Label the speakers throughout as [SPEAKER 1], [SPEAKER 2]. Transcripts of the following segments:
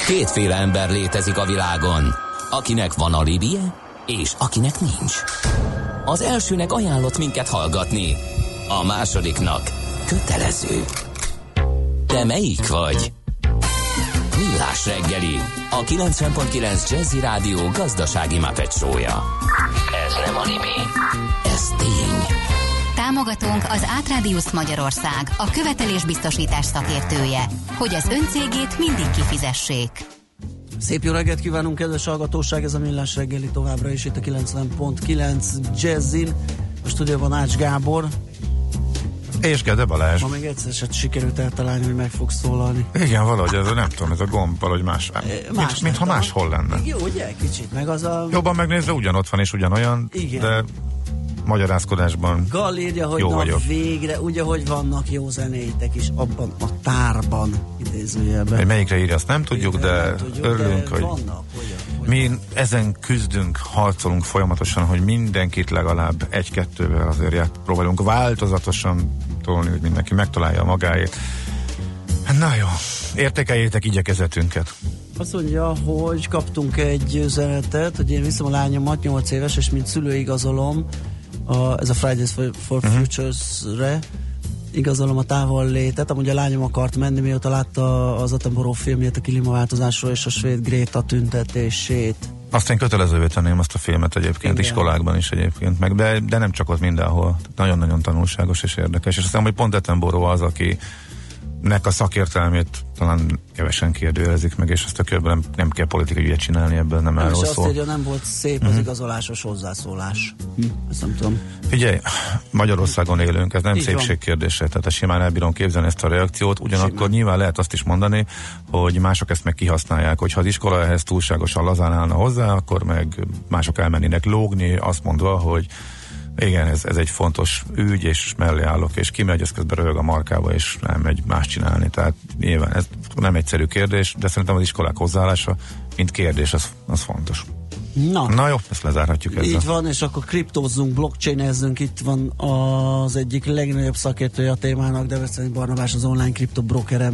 [SPEAKER 1] Kétféle ember létezik a világon, akinek van alibije, és akinek nincs. Az elsőnek ajánlott minket hallgatni, a másodiknak kötelező. Te melyik vagy? Millás reggeli, a 90.9 Jazzy Rádió gazdasági Muppet show-ja. Ez nem anime, ez tény.
[SPEAKER 2] Támogatónk az Átrádiusz Magyarország, a követelésbiztosítás szakértője, hogy az öncégét mindig kifizessék.
[SPEAKER 3] Szép jó reggelt kívánunk, kedves hallgatóság, ez a Millás reggeli továbbra is itt a 90.9 Jazzin. A stúdióban Ács Gábor.
[SPEAKER 4] És Gede Balázs.
[SPEAKER 3] Ma még egyszer sikerült eltalálni, hogy meg fogsz szólalni.
[SPEAKER 4] Igen, valahogy ez, nem tudom, ez a gomb valahogy más. Mintha máshol lenne.
[SPEAKER 3] Jó, ugye? Kicsit, meg az a...
[SPEAKER 4] Jobban megnézve ugyanott van és ugyanolyan, igen. De magyarázkodásban
[SPEAKER 3] Gal írja, hogy
[SPEAKER 4] jó
[SPEAKER 3] na
[SPEAKER 4] vagyok.
[SPEAKER 3] Végre, ugye, hogy vannak jó zenéitek is abban a tárban, idézőjelben.
[SPEAKER 4] Hogy melyikre írja, azt nem tudjuk, de
[SPEAKER 3] nem tudjuk,
[SPEAKER 4] örülünk,
[SPEAKER 3] de
[SPEAKER 4] hogy
[SPEAKER 3] vannak,
[SPEAKER 4] mi ezen küzdünk, harcolunk folyamatosan, hogy mindenkit legalább egy-kettővel azért próbálunk változatosan tolni, hogy mindenki megtalálja magáét. Na jó, értékeljétek igyekezetünket.
[SPEAKER 3] Azt mondja, hogy kaptunk egy üzenetet, hogy én viszem a lányomat 8 éves, és mint szülő igazolom ez a Fridays for Futures-re igazolom a távol létet. Amúgy a lányom akart menni, mióta látta az Attenborough filmjét a klímaváltozásról és a svéd Greta tüntetését.
[SPEAKER 4] Azt én kötelezővé tenném azt a filmet egyébként, igen. Iskolákban is egyébként, meg de nem csak ott, mindenhol. Nagyon-nagyon tanulságos és érdekes. És azt hiszem, hogy pont Attenborough az, akinek a szakértelmét talán kevesen kérdőjelezik meg, és azt a körben nem kell politikai ügyet csinálni, ebből nem erről szól. És
[SPEAKER 3] azt írja, nem volt szép az igazolásos hozzászólás. Ezt nem tudom.
[SPEAKER 4] Figyelj, Magyarországon élünk, ez nem szépség kérdése, tehát simán elbírom képzelni ezt a reakciót, ugyanakkor nyilván lehet azt is mondani, hogy mások ezt meg kihasználják, hogyha az iskola ehhez túlságosan lazán állna hozzá, akkor meg mások elmennének lógni, azt mondva, hogy igen, ez egy fontos ügy, és mellé állok, és kimegy, ez közben röhög a markába, és nem megy más csinálni. Tehát nyilván ez nem egyszerű kérdés, de szerintem az iskolák hozzáállása, mint kérdés, az fontos. Na jó, ezt lezárhatjuk ezzel.
[SPEAKER 3] Így van, és akkor kriptózzunk, blockchainezzünk, itt van az egyik legnagyobb szakértője a témának, Deveszeli Barnabás, az online kriptobrokere,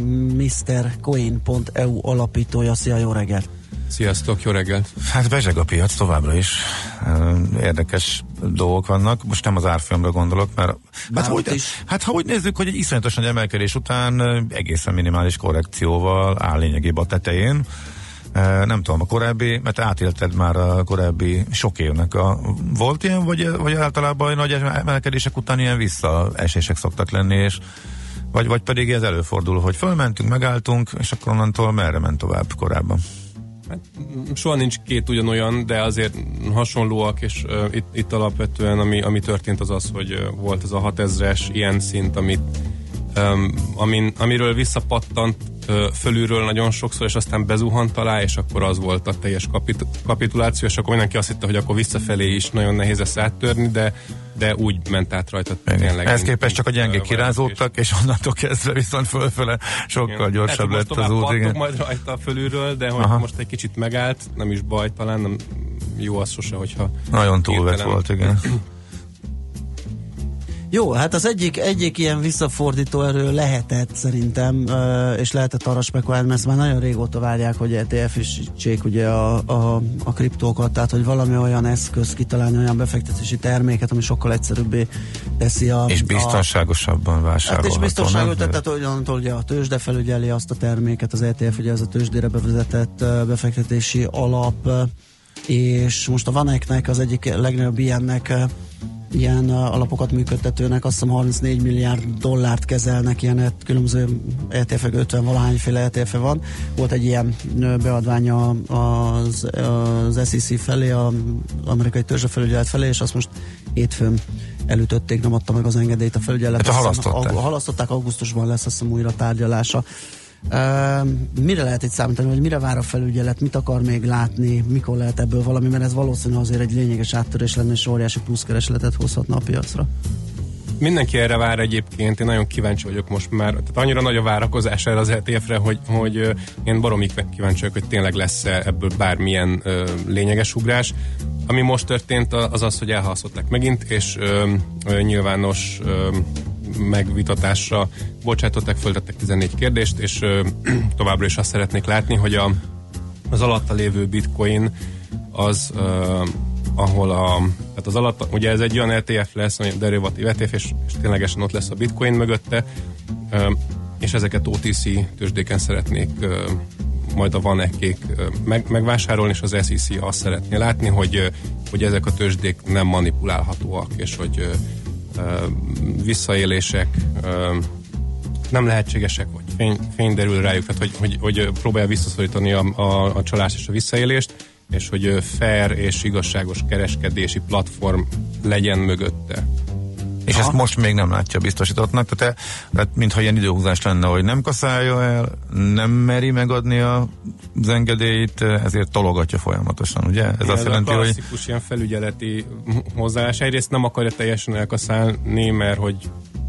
[SPEAKER 3] MrCoin.eu alapítója. Szia, jó reggelt!
[SPEAKER 5] Sziasztok, jó reggelt!
[SPEAKER 4] Hát bezseg a piac továbbra is. Érdekes dolgok vannak. Most nem az árfolyamra gondolok, mert ha úgy nézzük, hogy egy iszonyatosan emelkedés után egészen minimális korrekcióval áll lényegében a tetején. Nem tudom, a korábbi, mert átélted már a korábbi sok évnek volt ilyen, vagy általában nagy emelkedések után ilyen visszaesések szoktak lenni, és vagy pedig ez előfordul, hogy fölmentünk, megálltunk, és akkor onnantól merre ment tovább korábban?
[SPEAKER 5] Hát, soha nincs két ugyanolyan, de azért hasonlóak, és itt alapvetően ami történt az, hogy volt ez a 6000-es ilyen szint, amiről visszapattant fölülről nagyon sokszor, és aztán bezuhant alá, és akkor az volt a teljes kapituláció, és akkor mindenki azt hitte, hogy akkor visszafelé is nagyon nehéz ezt áttörni, de úgy ment át rajta tényleg.
[SPEAKER 4] Ehhez képest csak a gyengék kirázódtak, és onnantól kezdve viszont fölfele sokkal gyorsabb lett az út.
[SPEAKER 5] Igen. Majd rajta fölülről, de hogy most egy kicsit megállt, nem is baj, talán nem jó az sose, hogyha
[SPEAKER 4] nagyon túlvett volt, igen.
[SPEAKER 3] Jó, hát az egyik ilyen visszafordító erő lehetett szerintem, és lehetett arra spekulálni, mert már nagyon régóta várják, hogy ETF-isítsék ugye a kriptókat, tehát hogy valami olyan eszköz kitalálni, olyan befektetési terméket, ami sokkal egyszerűbbé teszi
[SPEAKER 4] és biztonságosabban vásárolható.
[SPEAKER 3] Hát és biztonságos, tehát olyantól ugye a tőzsde felügyeli azt a terméket, az ETF ugye ez a tőzsdére bevezetett befektetési alap, és most a Vaneknek az egyik legnagyobb ilyen alapokat működtetőnek, azt hiszem 34 milliárd dollárt kezelnek, ilyen különböző ETF-ek, 50 valahányféle ETF-e van. Volt egy ilyen beadványa az SEC felé, az amerikai törzsefelügyelet felé, és azt most hétfőn elütötték, nem adta meg az engedélyt a felügyelet. Halasztották, augusztusban lesz, azt hiszem, újra tárgyalása. Mire lehet itt számítani, hogy mire vár a felügyelet, mit akar még látni, mikor lehet ebből valami, mert ez valószínűleg azért egy lényeges áttörés lenne, és óriási pluszkeresletet hozhatna a piacra.
[SPEAKER 5] Mindenki erre vár egyébként, én nagyon kíváncsi vagyok most már, tehát annyira nagy a várakozás erre az ETF-re, hogy én baromig kíváncsi vagyok, hogy tényleg lesz-e ebből bármilyen lényeges ugrás. Ami most történt, az, hogy elhalasztották megint, és nyilvános megvitatásra bocsátották, föltettek 14 kérdést, és továbbra is azt szeretnék látni, hogy az alatta lévő bitcoin az tehát az alatt, ugye ez egy olyan ETF lesz, olyan derivatív ETF, és ténylegesen ott lesz a bitcoin mögötte, és ezeket OTC tőzsdéken szeretnék majd a vanekék megvásárolni, és az SEC azt szeretné látni, hogy ezek a tőzsdék nem manipulálhatóak, és hogy visszaélések nem lehetségesek, vagy fény derül rájuk, tehát hogy próbálja visszaszorítani a csalást és a visszaélést, és hogy fair és igazságos kereskedési platform legyen mögötte.
[SPEAKER 4] És ezt most még nem látja biztosítottnak, tehát mintha ilyen időhúzás lenne, hogy nem kaszálja el, nem meri megadni az engedélyt, ezért tologatja folyamatosan, ugye? Ez azt jelenti, hogy...
[SPEAKER 5] klasszikus ilyen felügyeleti hozzáállás. Egyrészt nem akarja teljesen elkaszálni, mert hogy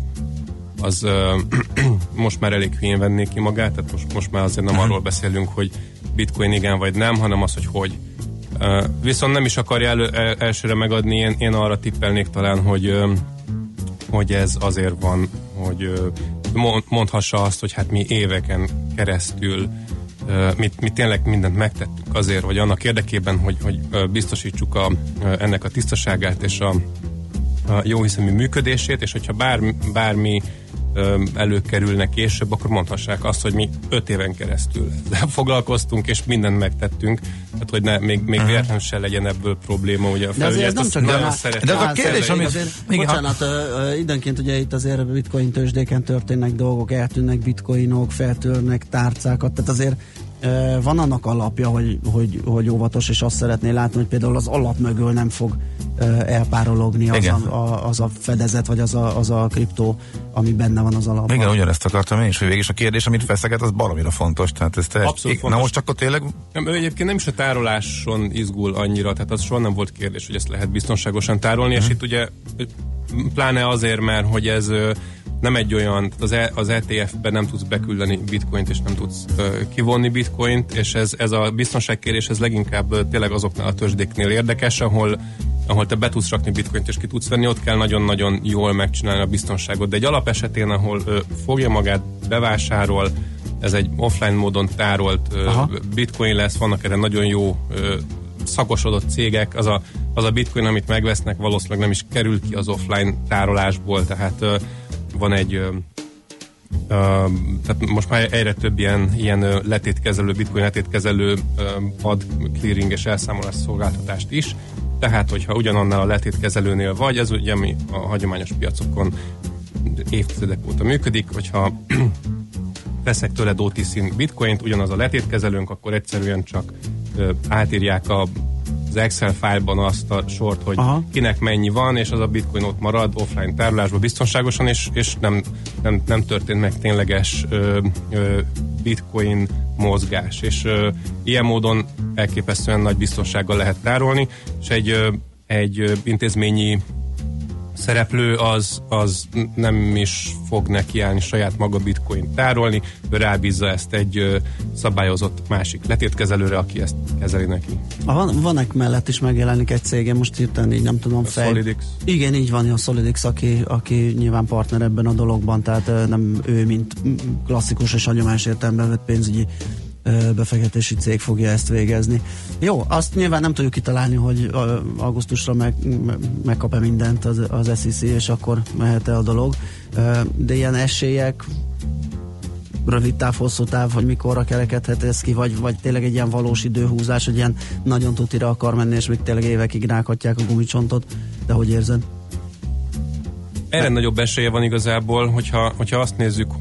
[SPEAKER 5] az most már elég hülyén venné ki magát, tehát most már azért nem arról beszélünk, hogy bitcoin igen vagy nem, hanem az, hogy viszont nem is akarja elsőre megadni, én arra tippelnék talán, hogy ez azért van, hogy mondhassa azt, hogy hát mi éveken keresztül mi tényleg mindent megtettük azért, vagy annak érdekében, hogy biztosítsuk ennek a tisztaságát és a jóhiszemű működését, és hogyha bármi előkerülne később, akkor mondhassák azt, hogy mi 5 éven keresztül ezzel foglalkoztunk, és mindent megtettünk, tehát hogy még véletlenül se legyen ebből probléma, ugye a felügyelet azt nagyon szeretem.
[SPEAKER 4] De az a kérdés, amit...
[SPEAKER 3] Bocsánat, időnként ugye itt azért bitcoin tőzsdéken történnek dolgok, eltűnnek bitcoinok, feltörnek tárcákat, tehát azért van annak alapja, hogy óvatos, és azt szeretné látni, hogy például az alap mögül nem fog elpárologni az a fedezet, vagy az a kriptó, ami benne van az alapban.
[SPEAKER 4] Igen, ugyanezt akartam én is, hogy végig a kérdés, amit feszeget, az baromira fontos. Tehát ez
[SPEAKER 5] abszolút fontos.
[SPEAKER 4] Na most akkor tényleg...
[SPEAKER 5] Ő egyébként nem is a tároláson izgul annyira, tehát az soha nem volt kérdés, hogy ezt lehet biztonságosan tárolni, és itt ugye pláne azért, mert hogy ez nem egy olyan, az ETF-ben nem tudsz beküldeni bitcoint, és nem tudsz kivonni bitcoint, és ez a biztonságkérés, ez leginkább tényleg azoknál a tőzsdéknél érdekes, ahol te be tudsz rakni bitcoint, és ki tudsz venni, ott kell nagyon-nagyon jól megcsinálni a biztonságot. De egy alap esetén, ahol fogja magát, bevásárol, ez egy offline módon tárolt bitcoin lesz, vannak erre nagyon jó szakosodott cégek, az a bitcoin, amit megvesznek, valószínűleg nem is kerül ki az offline tárolásból, tehát van egy tehát most már egyre több ilyen letétkezelő, bitcoin letétkezelő ad clearing és elszámolás szolgáltatást is, tehát hogyha ugyanannál a letétkezelőnél vagy, ez ugye ami a hagyományos piacokon évtizedek óta működik, hogyha veszek tőled OTC bitcoint, ugyanaz a letétkezelőnk, akkor egyszerűen csak átírják az Excel fájlban azt a sort, hogy kinek mennyi van, és az a bitcoin ott marad offline tárolásban biztonságosan, és nem történt meg tényleges bitcoin mozgás. És ilyen módon elképesztően nagy biztonsággal lehet tárolni, és egy intézményi szereplő az nem is fog nekiállni saját maga bitcoin tárolni, ő rábízza ezt egy szabályozott másik letétkezelőre, aki ezt kezeli neki.
[SPEAKER 3] Vanek mellett is megjelenik egy cég, most hirtelen így nem tudom
[SPEAKER 5] Solidix.
[SPEAKER 3] Igen, így van, a Solidix, aki nyilván partner ebben a dologban, tehát nem ő, mint klasszikus és hagyományos értelemben vett pénzügyi befektetési cég fogja ezt végezni. Jó, azt nyilván nem tudjuk kitalálni, hogy augusztusra megkap-e mindent az SEC, és akkor mehet-e a dolog, de ilyen esélyek, rövid táv, hosszú táv, hogy mikorra kerekedhet ez ki, vagy tényleg egy ilyen valós időhúzás, hogy ilyen nagyon tutira akar menni, és még tényleg évekig rághatják a gumicsontot, de hogy érzed?
[SPEAKER 5] Erre nagyobb esélye van igazából, hogyha azt nézzük,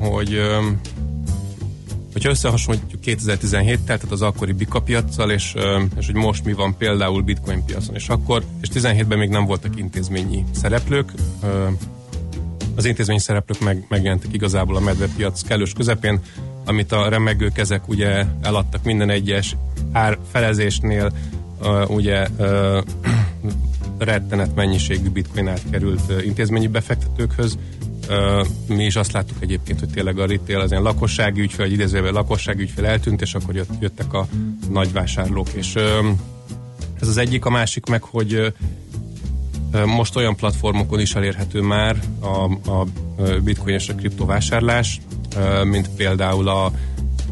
[SPEAKER 5] hogyha összehasonlítjuk 2017-tel, tehát az akkori Bika piaccal, és hogy most mi van például bitcoin piacon, és 17-ben még nem voltak intézményi szereplők, az intézményi szereplők megjelentek igazából a medvepiac kellős közepén, amit a remegő kezek ugye eladtak minden egyes árfelezésnél, ugye rettenet mennyiségű bitcoin átkerült intézményi befektetőkhöz. Mi is azt láttuk egyébként, hogy tényleg a retail, az ilyen lakossági ügyfél, vagy idézőben lakossági ügyfél eltűnt, és akkor jöttek a nagy vásárlók. És ez az egyik, a másik meg, hogy most olyan platformokon is elérhető már a bitcoin és a kriptovásárlás, mint például a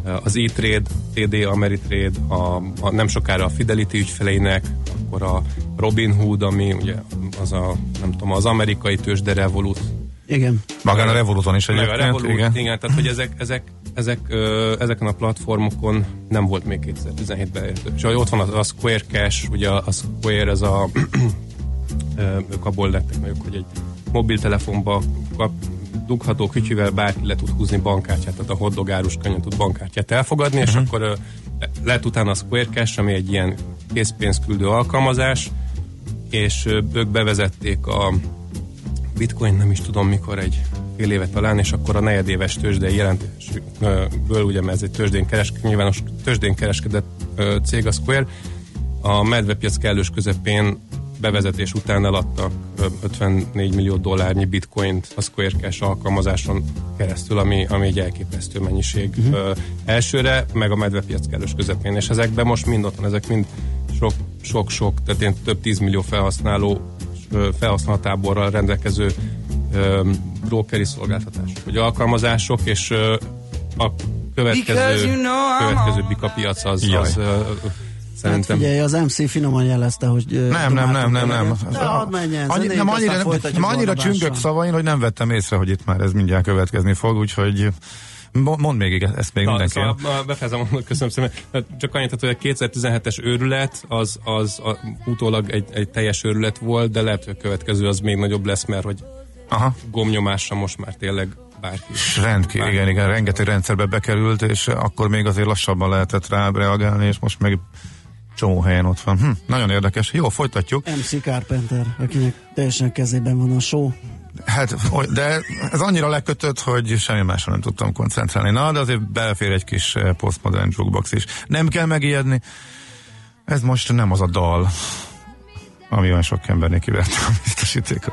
[SPEAKER 5] az E-Trade, TD Ameritrade, nem sokára a Fidelity ügyfeleinek, akkor a Robinhood, ami ugye az amerikai tőzsde Revolut.
[SPEAKER 3] Igen.
[SPEAKER 4] Magán a Revoluton is egyébként.
[SPEAKER 5] A Revolut, igen, tehát hogy ezeken a platformokon nem volt még 2017-ben. És ott van a Square Cash, ugye a Square, ez ők abból lettek nagyok, hogy egy mobiltelefonba dugható kütyűvel bárki le tud húzni bankkártyát, tehát a hotdog árus könnyen tud bankkártyát elfogadni, és akkor lett utána a Square Cash, ami egy ilyen készpénzküldő alkalmazás, és ők bevezették a Bitcoin, nem is tudom mikor, egy fél éve talán, és akkor a negyedéves tőzsdei jelentésből, ugye mert ez egy nyilvános tőzsdén kereskedett cég, a Square, a medvepiac kellős közepén bevezetés után eladtak $54 millió bitcoint a Square Cash alkalmazáson keresztül, ami egy elképesztő mennyiség elsőre, meg a medvepiac kellős közepén, és ezekben most mind ott van, ezek mind sok, tehát én több 10 millió felhasználótáborral rendelkező brokeri szolgáltatások, vagy alkalmazások, és a következő Bika piac az szerintem.
[SPEAKER 3] Hát figyelj, az MC finoman jelezte, hogy...
[SPEAKER 4] Nem. Annyira csüngök szavain, hogy nem vettem észre, hogy itt már ez mindjárt következni fog, úgyhogy mondd még ezt még mindenki.
[SPEAKER 5] Szóval befejezem, köszönöm szépen. Csak annyit, hogy a 2017-es őrület az utólag egy teljes őrület volt, de lehet, hogy a következő az még nagyobb lesz, mert hogy gomnyomásra most már tényleg bárki.
[SPEAKER 4] Igen, rengeteg rendszerbe bekerült, és akkor még azért lassabban lehetett rá reagálni, és most meg csomó helyen ott van. Nagyon érdekes. Jó, folytatjuk.
[SPEAKER 3] MC Carpenter, akinek teljesen kezében van a show.
[SPEAKER 4] Hát, de ez annyira lekötött, hogy semmi másra nem tudtam koncentrálni. Na, de azért belefér egy kis postmodern jukebox is. Nem kell megijedni. Ez most nem az a dal, ami olyan sok embernél kiverte a biztosítékot.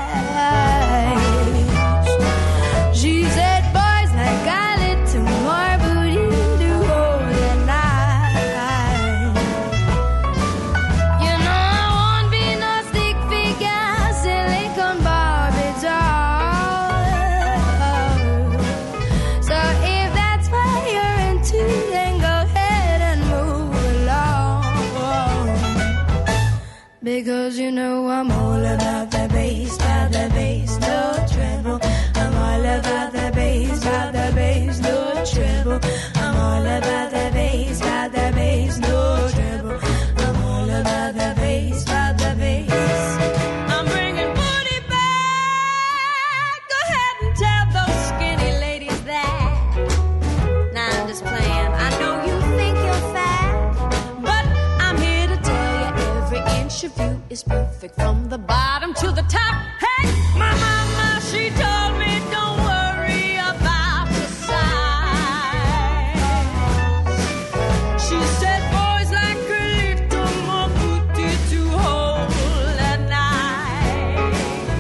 [SPEAKER 6] Because you know I'm all about the bass, no treble. I'm all about the bass, no treble. I'm all about the bass, no treble. I'm all about the bass, I'm bringing booty back. Go ahead and tell those skinny ladies that. Now I'm just playing. I know you think you're fat, but I'm here to tell you every inch of you is perfect from the bottom to the top. Hey, my mama, she told me don't worry about the size. She said boys like a little more booty to hold at night.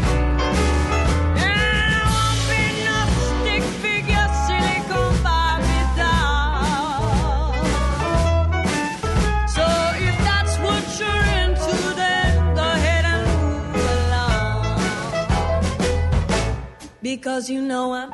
[SPEAKER 6] And I won't be no stick figure silicone Barbie doll. So if that's what you're into, then because you know I'm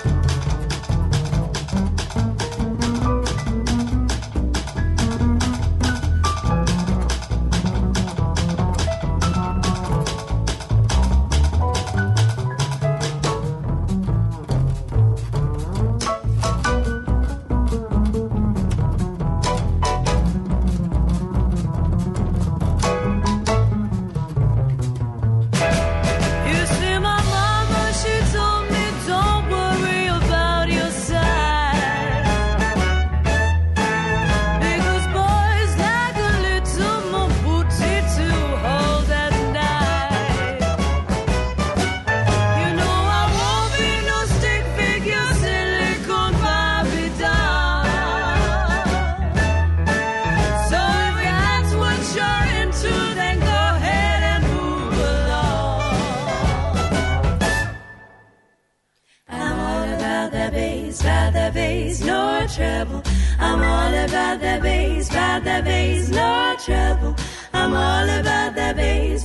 [SPEAKER 6] no treble. I'm all about the bass, no treble. I'm all about the bass,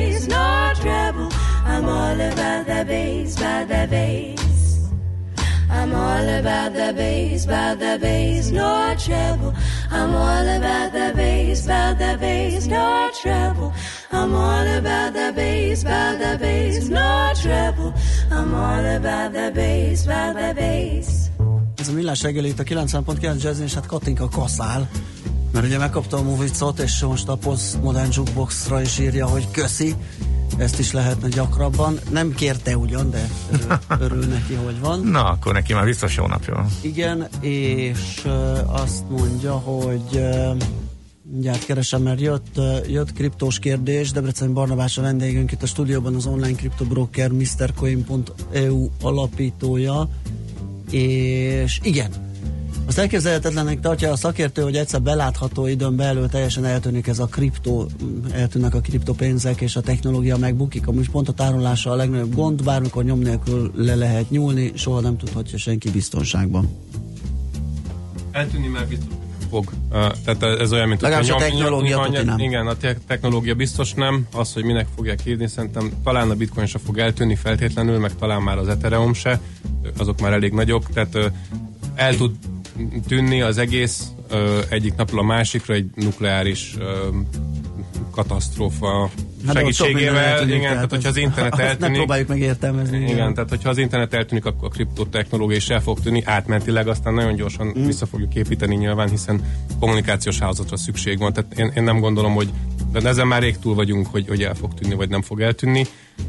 [SPEAKER 6] no treble. I'm all about the bass, I'm all about the bass, no trouble. I'm all about the bass, no trouble. I'm all about the bass, no trouble. I'm all about the bass.
[SPEAKER 3] Ez a Millás reggeli itt a 90.9 Jazzin, és hát Katinka kaszál, mert ugye megkapta a Movicot, és most a Postmodern Jukeboxra is írja, hogy köszi, ezt is lehetne gyakrabban. Nem kérte ugyan, de örül neki, hogy van.
[SPEAKER 4] Na, akkor neki már biztos jó napja.
[SPEAKER 3] Igen, és azt mondja, hogy mindjárt keresem, mert jött kriptós kérdés. Debrecen Barnabás a vendégünk itt a stúdióban, az online kriptobroker MrCoin.eu alapítója, és igen, azt elképzelhetetlennek tartja a szakértő, hogy egyszer belátható időn belül teljesen eltűnik ez a eltűnnek a kriptopénzek, és a technológia megbukik. Amúgy pont a tárolása a legnagyobb gond, bármikor nyom nélkül le lehet nyúlni, soha nem tudhatja senki biztonságban.
[SPEAKER 5] Eltűnni már biztos fog. Tehát ez olyan, mint
[SPEAKER 3] legalábbis a technológia nem.
[SPEAKER 5] Igen, a technológia biztos nem. Az, hogy minek fogják hívni, szerintem talán a bitcoin se fog eltűnni feltétlenül, meg talán már az Ethereum se. Azok már elég nagyok, tehát el tud tűnni az egész egyik napról a másikra egy nukleáris katasztrófa segítségével. Igen, tehát hogyha az internet eltűnik...
[SPEAKER 3] Nem próbáljuk meg értelmezni.
[SPEAKER 5] Igen, tehát hogyha az internet eltűnik, akkor a kriptotechnológia is el fog tűnni átmentileg, aztán nagyon gyorsan vissza fogjuk építeni nyilván, hiszen kommunikációs hálózatra szükség van. Tehát én nem gondolom, hogy de ezen már rég túl vagyunk, hogy el fog tűnni, vagy nem fog eltűnni.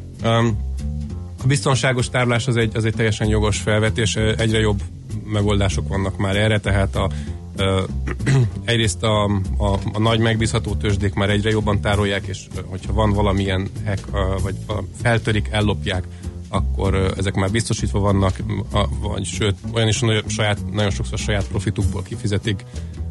[SPEAKER 5] A biztonságos tárolás az egy teljesen jogos felvetés, egyre jobb megoldások vannak már erre, tehát egyrészt a nagy megbízható tőzsdék már egyre jobban tárolják, és hogyha van valamilyen hack, vagy feltörik, ellopják, akkor ezek már biztosítva vannak, vagy sőt, olyan is nagyon sokszor saját profitukból kifizetik.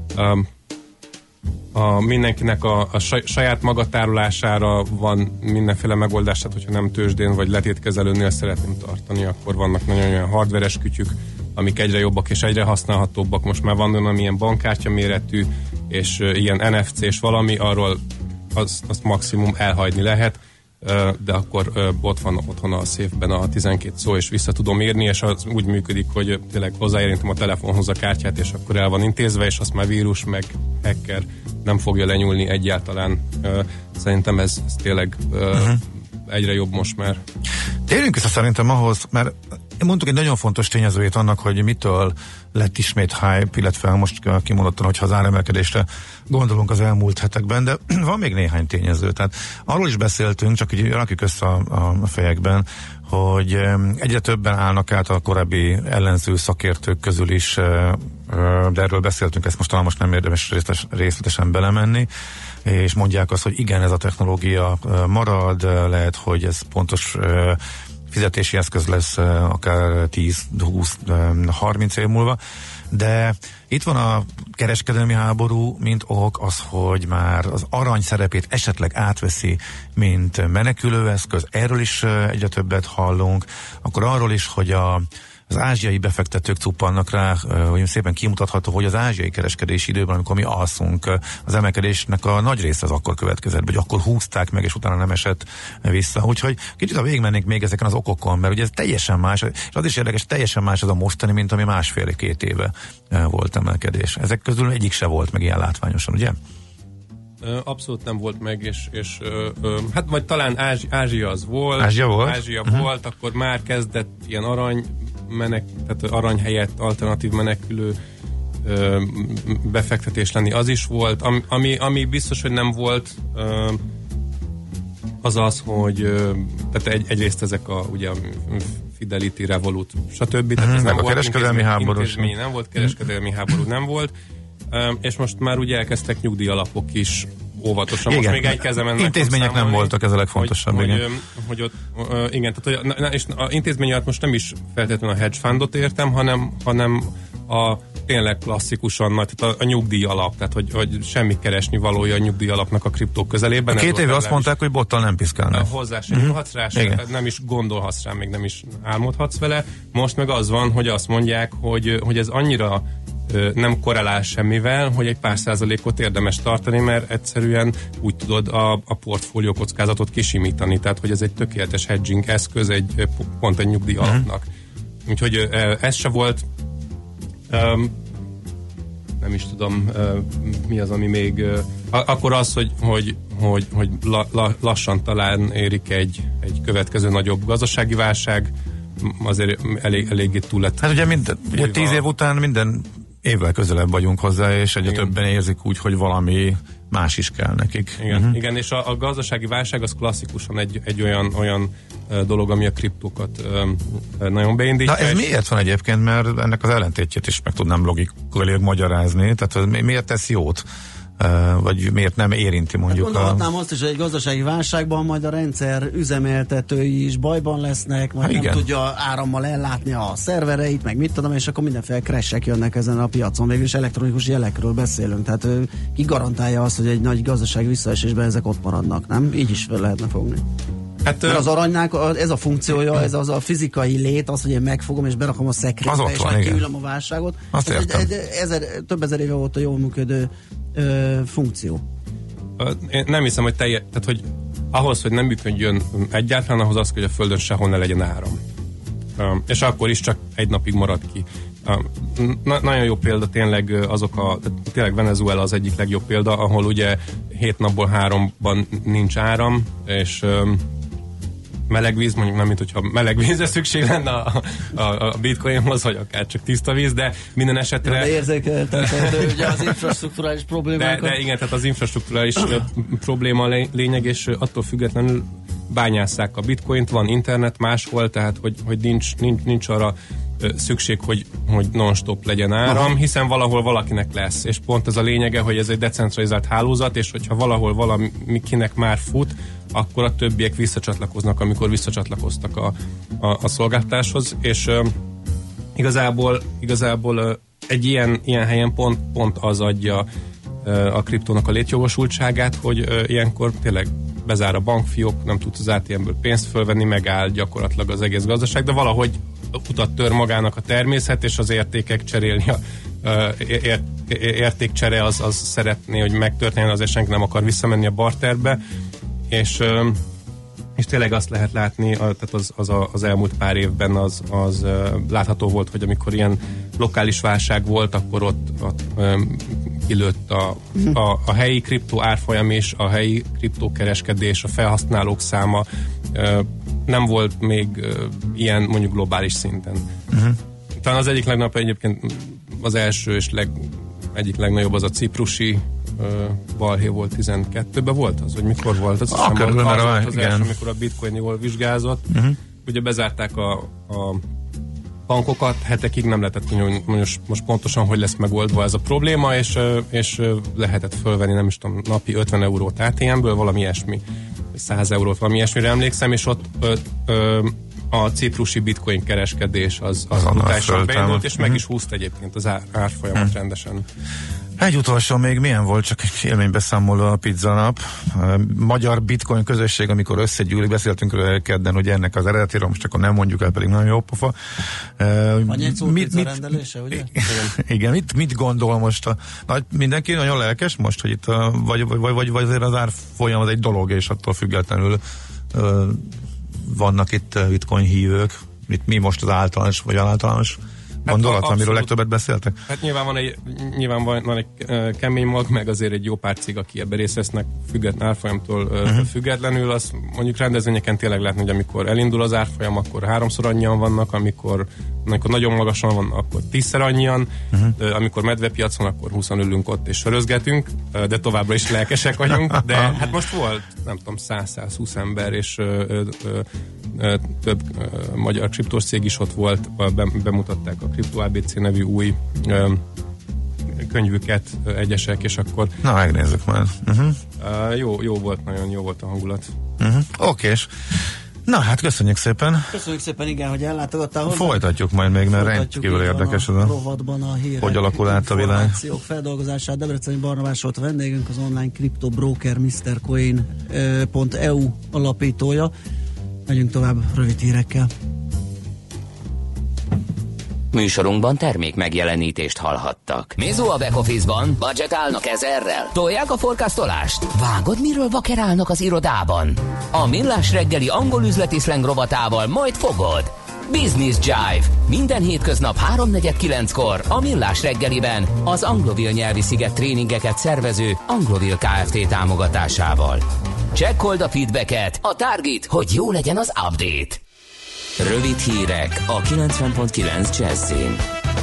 [SPEAKER 5] Mindenkinek a saját magatárolására van mindenféle megoldás, tehát hogyha nem tőzsdén vagy letétkezelőnél szeretném tartani, akkor vannak nagyon olyan hardveres kütyük, amik egyre jobbak és egyre használhatóbbak. Most már van olyan, amilyen bankkártya méretű, és ilyen NFC-s valami, arról azt maximum elhagyni lehet, de akkor ott van otthon a széfben a 12 szó, és vissza tudom írni, és az úgy működik, hogy tényleg hozzáérintem a telefonhoz a kártyát, és akkor el van intézve, és azt már vírus, meg hacker nem fogja lenyúlni egyáltalán. Szerintem ez tényleg egyre jobb most már.
[SPEAKER 4] Térjünk vissza szerintem ahhoz, mert mondtuk egy nagyon fontos tényezőjét annak, hogy mitől lett ismét hype, illetve most kimondottan, hogyha az áremelkedésre gondolunk az elmúlt hetekben, de van még néhány tényező. Tehát arról is beszéltünk, csak így rakjuk össze a fejekben, hogy egyre többen állnak át a korábbi ellenző szakértők közül is, de erről beszéltünk, ezt most nem érdemes részletesen belemenni, és mondják azt, hogy igen, ez a technológia marad, lehet, hogy ez pontos fizetési eszköz lesz akár 10-20-30 év múlva, de itt van a kereskedelmi háború, mint ok az, hogy már az arany szerepét esetleg átveszi, mint menekülőeszköz, erről is egyre többet hallunk, akkor arról is, hogy az ázsiai befektetők cuppannak rá, hogy szépen kimutatható, hogy az ázsiai kereskedési időben, amikor mi alszunk, az emelkedésnek a nagy része az akkor következett, vagy akkor húzták meg, és utána nem esett vissza. Úgyhogy kicsit a végigmennénk még ezeken az okokon, mert ugye ez teljesen más, és az is érdekes, teljesen más az a mostani, mint ami 1,5-2 éve volt emelkedés. Ezek közül egyik se volt meg ilyen látványosan, ugye?
[SPEAKER 5] Abszolút nem volt meg, és hát vagy talán Ázsia az volt.
[SPEAKER 4] Ázsia
[SPEAKER 5] volt, akkor már kezdett ilyen tehát arany helyett alternatív menekülő befektetés lenni, az is volt. Ami biztos, hogy nem volt, az, hogy tehát egyrészt ezek ugye a Fidelity, Revolut, stb. Tehát ez nem
[SPEAKER 4] volt kereskedelmi háború.
[SPEAKER 5] Nem volt kereskedelmi háború, nem volt. És most már ugye elkezdtek nyugdíjalapok is óvatosan.
[SPEAKER 4] Igen.
[SPEAKER 5] Most még egy kezem ennek
[SPEAKER 4] intézmények nem voltak, ez a legfontosabb.
[SPEAKER 5] Hogy ott, igen, tehát és az intézmény alatt most nem is feltétlenül a hedge fundot értem, hanem a tényleg klasszikusan nagy, tehát a nyugdíjalap, tehát hogy semmi keresni valója a nyugdíjalapnak a kriptók közelében.
[SPEAKER 4] 2 éve azt mondták, hogy bottal nem piszkálnak.
[SPEAKER 5] Hozzá sem nyúlhatsz rá, nem is gondolhatsz rá, még nem is álmodhatsz vele. Most meg az van, hogy azt mondják, hogy ez annyira nem korrelál semmivel, hogy egy pár százalékot érdemes tartani, mert egyszerűen úgy tudod a portfólió kockázatot kisimítani, tehát hogy ez egy tökéletes hedging eszköz pont egy nyugdíj alapnak. Úgyhogy ez se volt. Nem is tudom, mi az, ami még... Akkor az, hogy lassan talán érik egy következő nagyobb gazdasági válság, azért eléggé túl lett.
[SPEAKER 4] Hát ugye 10 év után minden évvel közelebb vagyunk hozzá, és egyre többen érzik úgy, hogy valami más is kell nekik.
[SPEAKER 5] Igen, igen, és a gazdasági válság az klasszikusan egy olyan dolog, ami a kriptókat nagyon beindítja.
[SPEAKER 4] Na ez miért van egyébként, mert ennek az ellentétjét is meg tudnám logikailag magyarázni, tehát miért tesz jót? Vagy miért nem érinti mondjuk
[SPEAKER 3] gondolhatnám azt is, hogy egy gazdasági válságban majd a rendszer üzemeltetői is bajban lesznek, majd nem tudja árammal ellátni a szervereit, meg mit tudom, és akkor mindenféle crashek jönnek ezen a piacon. Végülis elektronikus jelekről beszélünk, tehát ki garantálja azt, hogy egy nagy gazdasági visszaesésben ezek ott maradnak, nem? Így is fel lehetne fogni. Hát, mert az aranynák, ez a funkciója, ez az a fizikai lét, az, hogy én megfogom és berakom a szekrénybe, és kiülöm a válságot. Több ezer éve volt a jól működő funkció.
[SPEAKER 5] Én nem hiszem, hogy tehát, hogy ahhoz, hogy nem működjön egyáltalán, ahhoz az, hogy a Földön sehol ne legyen áram. És akkor is csak egy napig marad ki. Nagyon jó példa tényleg tényleg Venezuela az egyik legjobb példa, ahol ugye 7 napból 3-ban nincs áram, és meleg víz, mondjuk nem, mint hogyha meleg vízre szükség lenne a bitcoinhoz, vagy akár csak tiszta víz, de minden esetre...
[SPEAKER 3] De érzékeltethető ugye az infrastrukturális problémákat.
[SPEAKER 5] De igen, tehát az infrastrukturális probléma a lényeg, és attól függetlenül bányásszák a bitcoint, van internet máshol, tehát hogy nincs arra szükség, hogy non-stop legyen áram, hiszen valahol valakinek lesz, és pont ez a lényege, hogy ez egy decentralizált hálózat, és hogyha valahol valamikinek már fut, akkor a többiek visszacsatlakoznak, amikor visszacsatlakoztak a szolgáltatáshoz, és igazából egy ilyen helyen pont az adja a kriptónak a létjogosultságát, hogy ilyenkor tényleg bezár a bankfiók, nem tudsz az ATM-ből pénzt fölvenni, megáll gyakorlatilag az egész gazdaság, de valahogy utat tör magának a természet, és az értékek cserélni, értékcsere az szeretné, hogy megtörténjen, azért senki nem akar visszamenni a barterbe, és tényleg azt lehet látni, tehát az elmúlt pár évben az látható volt, hogy amikor ilyen lokális válság volt, akkor ott kilőtt a helyi kriptó árfolyam és a helyi kriptókereskedés, a felhasználók száma nem volt még ilyen mondjuk globális szinten. Talán az egyik legnagyobb egyébként az első és egyik legnagyobb az a ciprusi balhé volt 12-ben volt az, hogy mikor volt az? Az első, amikor a bitcoin jól vizsgázott. Ugye bezárták a bankokat, hetekig nem lehetett tudni, most pontosan hogy lesz megoldva ez a probléma, és lehetett fölvenni, nem is tudom, napi 50 eurót ATM-ből, valami ilyesmi, 100 eurót, valami ilyesmire emlékszem, és ott a ciprusi bitcoin kereskedés az brutálisan beindult, és meg is húzta egyébként az árfolyamat rendesen.
[SPEAKER 4] Egy utolsó még milyen volt, csak egy élménybeszámoló a Pizza Nap. Magyar bitcoin közösség, amikor összegyűlik, beszéltünk róla kedden, hogy ennek az eredetéről, most akkor nem mondjuk el, pedig nagyon jó pofa.
[SPEAKER 3] Van egy pizza rendelése, ugye?
[SPEAKER 4] Igen, mit gondol most? Mindenki nagyon lelkes most, hogy itt vagy azért az árfolyam az egy dolog, és attól függetlenül vannak itt bitcoin hívők. Mi most az általános vagy általános gondolat, amiről legtöbbet beszéltek?
[SPEAKER 5] Hát nyilván van egy kemény mag, meg azért egy jó pár cég, aki ebben részt vesznek árfolyamtól függetlenül. Az mondjuk rendezvényeken tényleg látni, hogy amikor elindul az árfolyam, akkor 3-szor annyian vannak, amikor nagyon magasan van, akkor 10-szer annyian, amikor medvepiac van, akkor 20-an ülünk ott és sörözgetünk, de továbbra is lelkesek vagyunk. De hát most volt, nem tudom, 100-120 ember, és több magyar kriptós cég is ott volt, bemutatták a Crypto ABC nevű új könyvüket egyesek, és akkor...
[SPEAKER 4] Na, megnézzük már.
[SPEAKER 5] Jó volt, nagyon jó volt a hangulat.
[SPEAKER 4] Okés. Na hát, köszönjük szépen.
[SPEAKER 3] Köszönjük szépen, igen, hogy ellátogattál hozzá.
[SPEAKER 4] Folytatjuk majd még, mert rendkívül érdekes ez a
[SPEAKER 3] hírek,
[SPEAKER 4] hogy alakul át a világ.
[SPEAKER 3] Feldolgozását Debreceni Barnabás volt a vendégünk, az online kriptobroker MrCoin.eu alapítója. Megyünk tovább rövid hírekkel.
[SPEAKER 1] Műsorunkban termék megjelenítést hallhattak. Mizu a back office-ban? Budgetálnak 1000-rel? Tolják a forecastolást? Vágod, miről vakerálnak az irodában? A Millás reggeli angol üzleti szleng rovatával majd fogod. Business Jive. Minden hétköznap 3:49-kor a Millás reggeliben az Anglovil nyelvi sziget tréningeket szervező Anglovil Kft. Támogatásával. Csekkold a feedbacket, a target, hogy jó legyen az update. Rövid hírek a 90.9 Jazzin.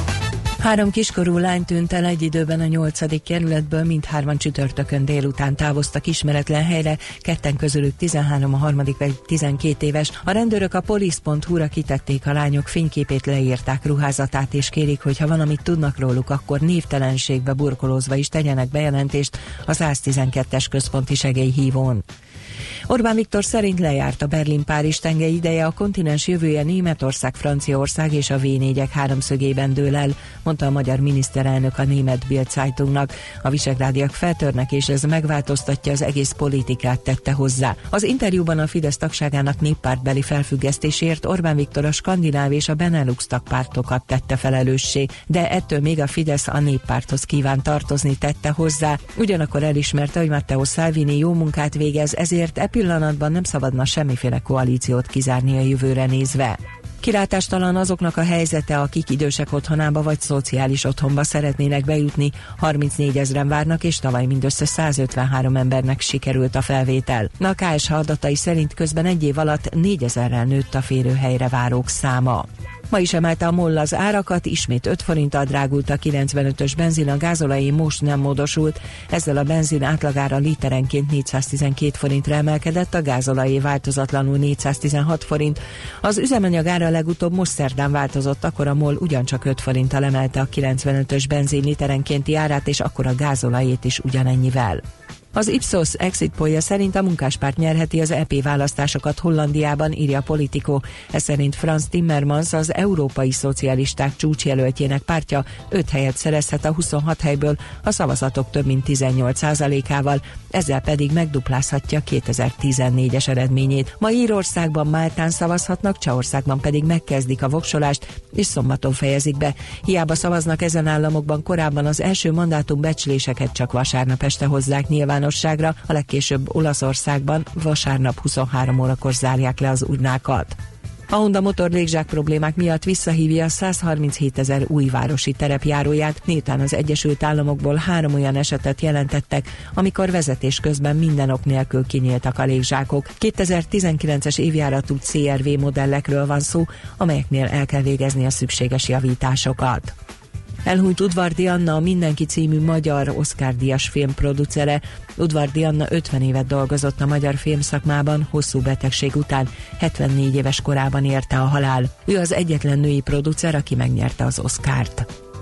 [SPEAKER 7] 3 kiskorú lány tűnt el egy időben a 8. kerületből, mindhárman csütörtökön délután távoztak ismeretlen helyre, ketten közülük 13, a harmadik vagy 12 éves. A rendőrök a police.hu-ra kitették a lányok fényképét, leírták ruházatát, és kérik, hogy ha valamit tudnak róluk, akkor névtelenségbe burkolózva is tegyenek bejelentést a 112-es központi segélyhívón. Orbán Viktor szerint lejárt a Berlin-Párizs tenge ideje, a kontinens jövője Németország, Franciaország és a V4-ek háromszögében dől el, mondta a magyar miniszterelnök a német Bild Zeitungnak. A visegrádiak feltörnek, és ez megváltoztatja az egész politikát, tette hozzá. Az interjúban a Fidesz tagságának néppártbeli felfüggesztésért Orbán Viktor a skandináv és a Benelux tagpártokat tette felelőssé, de ettől még a Fidesz a néppárthoz kíván tartozni, tette hozzá. Ugyanakkor elismerte, hogy Matteo Salvini jó munkát végez, ezért e pillanatban nem szabadna semmiféle koalíciót kizárni a jövőre nézve. Kilátástalan azoknak a helyzete, akik idősek otthonába vagy szociális otthonba szeretnének bejutni. 34 000 várnak, és tavaly mindössze 153 embernek sikerült a felvétel. A KSH adatai szerint közben egy év alatt 4000-rel nőtt a férőhelyre várók száma. Ma is emelte a MOL az árakat, ismét 5 forinttal drágult a 95-ös benzin, a gázolajé most nem módosult, ezzel a benzin átlagára literenként 412 forintra emelkedett, a gázolajé változatlanul 416 forint. Az üzemanyag ára legutóbb most szerdán változott, akkor a MOL ugyancsak 5 forinttal emelte a 95-ös benzin literenkénti árát, és akkor a gázolajét is ugyanennyivel. Az Ipsos exit pollja szerint a munkáspárt nyerheti az EP választásokat Hollandiában, írja Politico. Ez szerint Frans Timmermans, az európai szocialisták csúcsjelöltjének pártja 5 helyet szerezhet a 26 helyből, a szavazatok több mint 18%-ával, ezzel pedig megduplázhatja 2014-es eredményét. Ma Írországban, Máltán szavazhatnak, Csehországban pedig megkezdik a voksolást, és szombaton fejezik be. Hiába szavaznak ezen államokban korábban, az első mandátum becsléseket csak vasárnap este hozzák nyilvánosságra, a legkésőbb Olaszországban vasárnap 23 órakor zárják le az urnákat. A Honda Motor légzsák problémák miatt visszahívja 137 000 újvárosi terepjáróját, miután az Egyesült Államokból 3 olyan esetet jelentettek, amikor vezetés közben minden ok nélkül kinyíltak a légzsákok. 2019-es évjáratú CR-V modellekről van szó, amelyeknél el kell végezni a szükséges javításokat. Elhunyt Udvardy Anna, a Mindenki című magyar Oscar-díjas filmproducere. Udvardy Anna 50 évet dolgozott a magyar filmszakmában, hosszú betegség után 74 éves korában érte a halál. Ő az egyetlen női producer, aki megnyerte az Oscart.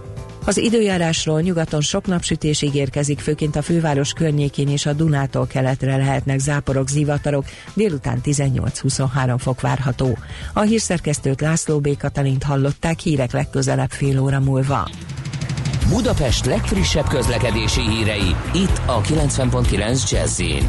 [SPEAKER 7] Az időjárásról: nyugaton sok napsütés ígérkezik, főként a főváros környékén és a Dunától keletre lehetnek záporok, zivatarok, délután 18-23 fok várható. A hírszerkesztőt, László B. Katalint hallották, hírek legközelebb fél óra múlva.
[SPEAKER 1] Budapest legfrissebb közlekedési hírei, itt a 90.9 Jazzin.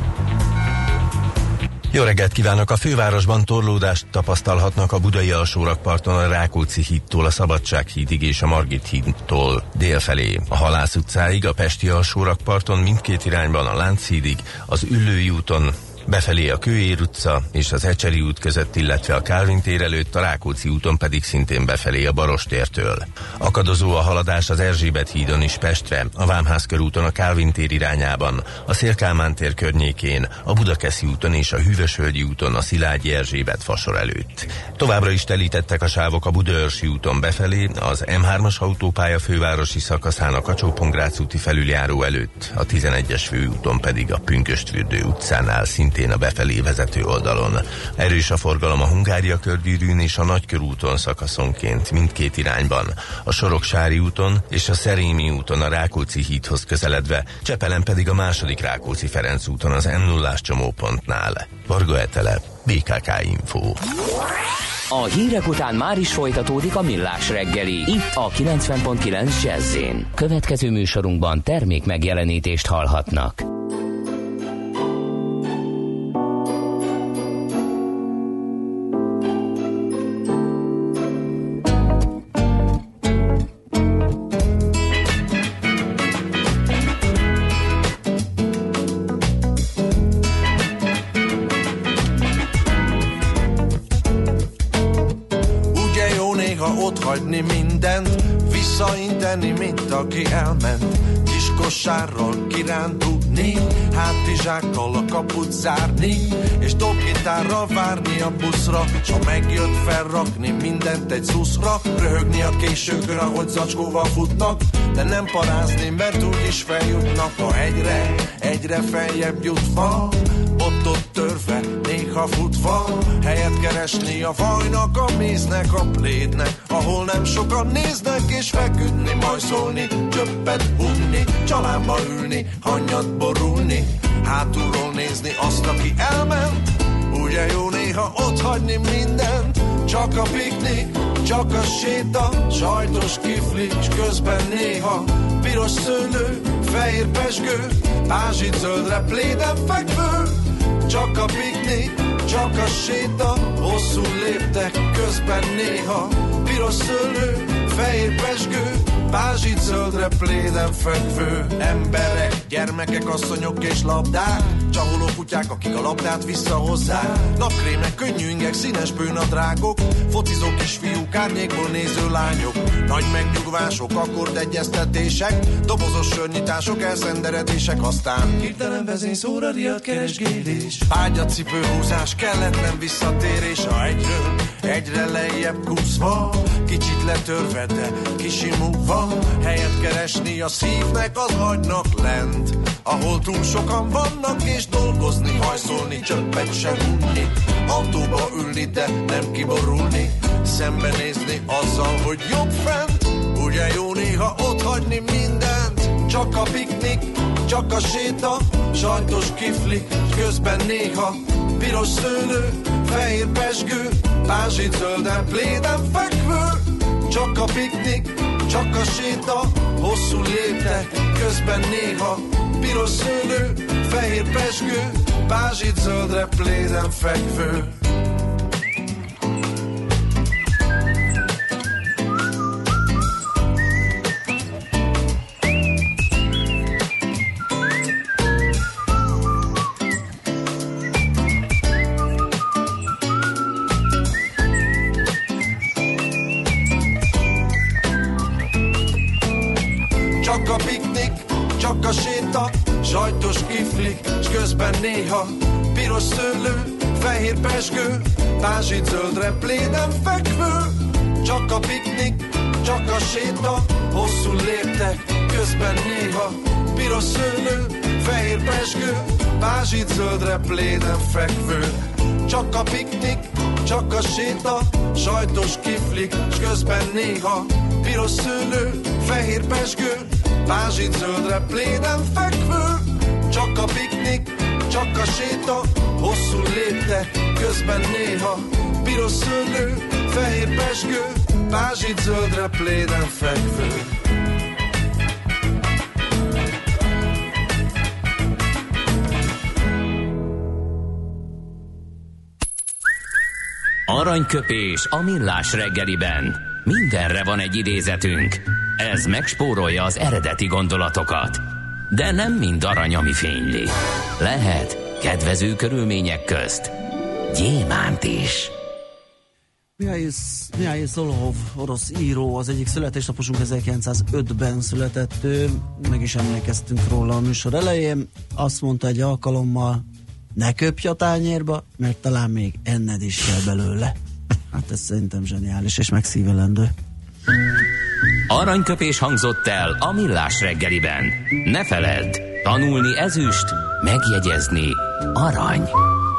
[SPEAKER 8] Jó reggelt kívánok! A fővárosban torlódást tapasztalhatnak a budai alsórakparton a Rákóczi hídtól a Szabadsághídig és a Margit hídtól délfelé. A Halász utcáig, a pesti alsórakparton mindkét irányban a Lánchídig, az Üllői úton befelé a Kőér utca és az Ecseri út között, illetve a Kálvin tér előtt, a Rákóczi úton pedig szintén befelé a Barostértől. Akadozó a haladás az Erzsébet hídon is Pestre, a Vámház körúton a Kálvin tér irányában, a Széll-Kálmán tér környékén, a Budakeszi úton és a Hűvösvölgyi úton a Szilágyi Erzsébet fasor előtt. Továbbra is telítettek a sávok a Budaörsi úton befelé, az M3-as autópálya fővárosi szakaszán a Kacsó-Pongrác úti felüljáró előtt, a 11-es főúton pedig a Pünkösdfürdő utcánál szintén a befelé vezető oldalon. Erős a forgalom a Hungária körgyűrűn és a Nagykörúton szakaszonként mindkét irányban, a Soroksári úton és a Szerémi úton a Rákóczi hídhoz közeledve, Csepelen pedig a második Rákóczi-Ferenc úton az M0-ás csomópontnál. Varga Etele, BKK Info.
[SPEAKER 1] A hírek után már is folytatódik a Millás reggeli, itt a 90.9 Jazzin. Következő műsorunkban termék megjelenítést hallhatnak.
[SPEAKER 9] hagyni mindent, visszainteni, mint aki elment, kis kosárral kirándulni, hátizsákkal a kaput zárni, és dobgitárral várni a buszra, s ha megjött felrakni mindent egy szuszra, röhögni a későkön, ahogy zacskóval futnak, de nem parázni, mert úgyis feljutnak, ha egyre feljebb jutva, ott törve, néha futva, helyet keresni a fajnak, a méznek, a plédnek, ahol nem sokan néznek, és feküdni, majszolni, csöppet húgni, családba ülni, hannyat borulni, hátulról nézni azt, aki elment, ugye jó néha ott hagyni mindent, csak a piknik, csak a séta, sajtos kifli, s közben néha piros szőlő, fehér pezsgő, pázsit zöldre pléden fekvő, csak a piknik, csak a séta, hosszú léptek, közben néha piros szőlő, fehér pezsgő, pázsit zöldre pléden fekvő. Emberek, gyermekek, asszonyok és labdák, csaholó kutyák, akik a labdát visszahozzák, napkrémek, könnyű ingek, színes bőnadrágok, focizó kisfiúk, árnyékból néző lányok, nagy megnyugvások, akkordegyeztetések, dobozos sörnyitások, elszenderedések, aztán hirtelen vezényszóra riadt keresgélés, ágyacipőhúzás, kelletlen visszatérés, a egyről egyre lejjebb kúszva, kicsit letörve, de kisimulva, helyet keresni a szívnek, az hagynak lent, ahol túl sokan vannak, és dolgozni, hajszolni, csöppet sem unni, autóba ülni, de nem kiborulni, szembenézni azzal, hogy jobb fent, ugye jó néha ott hagyni mindent, csak a piknik, csak a séta, sajtos kifli, közben néha piros szőlő, fehér pezsgő, pázsit zölden pléden fekvő, csak a piknik, csak a séta, hosszú léptek, közben néha piros szőlő, fehér pezsgő, pázsit zöldre pléden fekvő. Csak a piknik, csak a séta, sajtos kiflik, s közben néha piros szőlő, fehér pezsgő, pázsit zöldre pléden fekvő. Csak a piknik, csak a séta, hosszú léptek, közben néha piros szőlő, fehér pezsgő, pázsit zöldre pléden fekvő. Csak a piknik, csak a séta, sajtos kiflik, s közben néha piros szőlő, fehér pezsgő, pázsit zöldre pléden fekvő. Csak a piknik, csak a séta, hosszú léptek, közben néha piros szőlő, fehér pezsgő, pázsit zöldre pléden fekvő.
[SPEAKER 1] Aranyköpés a millás reggeliben. Mindenre van egy idézetünk. Ez megspórolja az eredeti gondolatokat. De nem mind arany, ami fényli. Lehet kedvező körülmények közt gyémánt is.
[SPEAKER 3] Mihail Szolhov, orosz író, az egyik születésnaposunk 1905-ben született ő, meg is emlékeztünk róla a műsor elején. Azt mondta egy alkalommal, ne köpj a tányérba, mert talán még enned is kell belőle. Hát ez szerintem zseniális és megszívelendő.
[SPEAKER 1] Aranyköpés hangzott el a millás reggeliben. Ne feledd, tanulni ezüst, megjegyezni arany.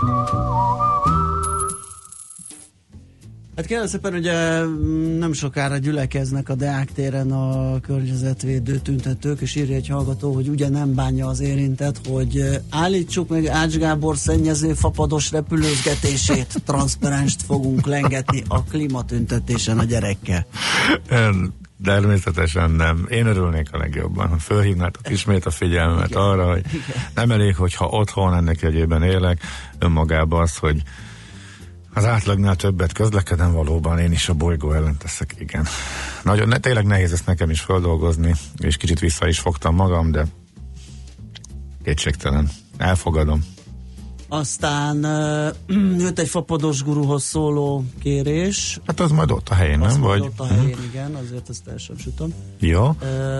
[SPEAKER 3] Hát kérlek szépen, ugye nem sokára gyülekeznek a Deák téren a környezetvédő tüntetők, és írja egy hallgató, hogy ugye nem bánja az érintett, hogy állítsuk meg Ács Gábor szennyező fapados repülőzgetését, transzparenst fogunk lengetni a klímatüntetésen a gyerekkel.
[SPEAKER 4] Természetesen nem. Én örülnék a legjobban, ha fölhívnátok ismét a figyelmet arra, hogy nem elég, hogyha otthon ennek jegyében élek, önmagában az, hogy az átlagnál többet közlekedem, valóban én is a bolygó ellen teszek, igen. Nagyon, tényleg nehéz ezt nekem is feldolgozni, és kicsit vissza is fogtam magam, de kétségtelen. Elfogadom.
[SPEAKER 3] Aztán jött egy fapados guruhoz szóló kérés.
[SPEAKER 4] Hát az majd ott a helyén, nem? Vagy?
[SPEAKER 3] Ott a helyén, igen, azért ezt el sem sütöm.
[SPEAKER 4] Jó.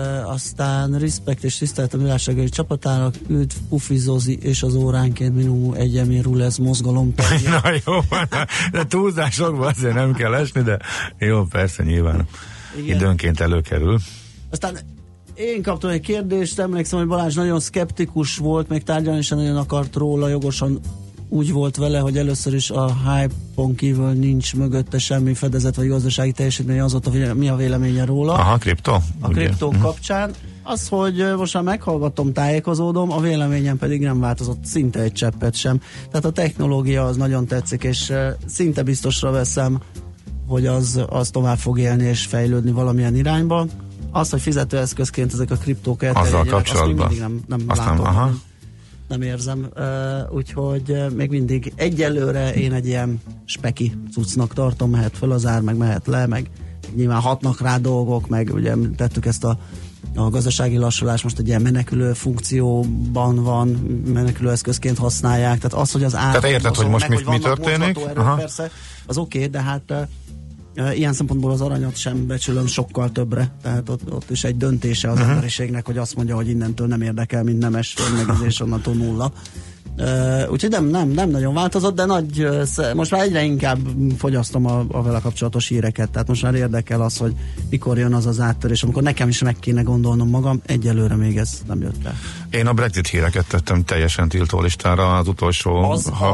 [SPEAKER 3] Aztán respekt és tisztelet a Millás csapatának, üdv, Pufi Zozi és az óránként minimum egy Emir ez mozgalom tagja.
[SPEAKER 4] Na jó, de túlzásokban azért nem kell esni, de jó, persze, nyilván. Igen. Időnként előkerül.
[SPEAKER 3] Aztán én kaptam egy kérdést, emlékszem, hogy Balázs nagyon szkeptikus volt, még tárgyalni sem nagyon akart róla, jogosan úgy volt vele, hogy először is a hype-on kívül nincs mögötte semmi fedezet vagy gazdasági teljesítmény, azóta mi a véleménye róla.
[SPEAKER 4] Aha, kriptó?
[SPEAKER 3] A kriptó kapcsán. Az, hogy most már meghallgatom, tájékozódom, a véleményem pedig nem változott szinte egy cseppet sem. Tehát a technológia az nagyon tetszik, és szinte biztosra veszem, hogy az tovább fog élni és fejlődni valamilyen irányba. Az, hogy fizetőeszközként ezek a kriptók elterjedjenek, azt még mindig nem látom, nem érzem. Úgyhogy még mindig egyelőre én egy ilyen speki cuccnak tartom, mehet föl az ár, meg mehet le, meg nyilván hatnak rá dolgok, meg ugye tettük ezt a gazdasági lassulás most egy ilyen menekülő funkcióban van, menekülő eszközként használják, tehát az, hogy az ár...
[SPEAKER 4] Tehát érted, hogy most mi történik?
[SPEAKER 3] Persze, az oké, de hát ilyen szempontból az aranyat sem becsülöm sokkal többre, tehát ott is egy döntése az emberiségnek, hogy azt mondja, hogy innentől nem érdekel, mint nemes fölmegezés, onnantól nulla. Úgyhogy nem nagyon változott, de most már egyre inkább fogyasztom a vele kapcsolatos híreket, tehát most már érdekel az, hogy mikor jön az az áttörés, amikor nekem is meg kéne gondolnom magam, egyelőre még ez nem jött el.
[SPEAKER 4] Én a Brexit híreket tettem teljesen tiltó listára az utolsó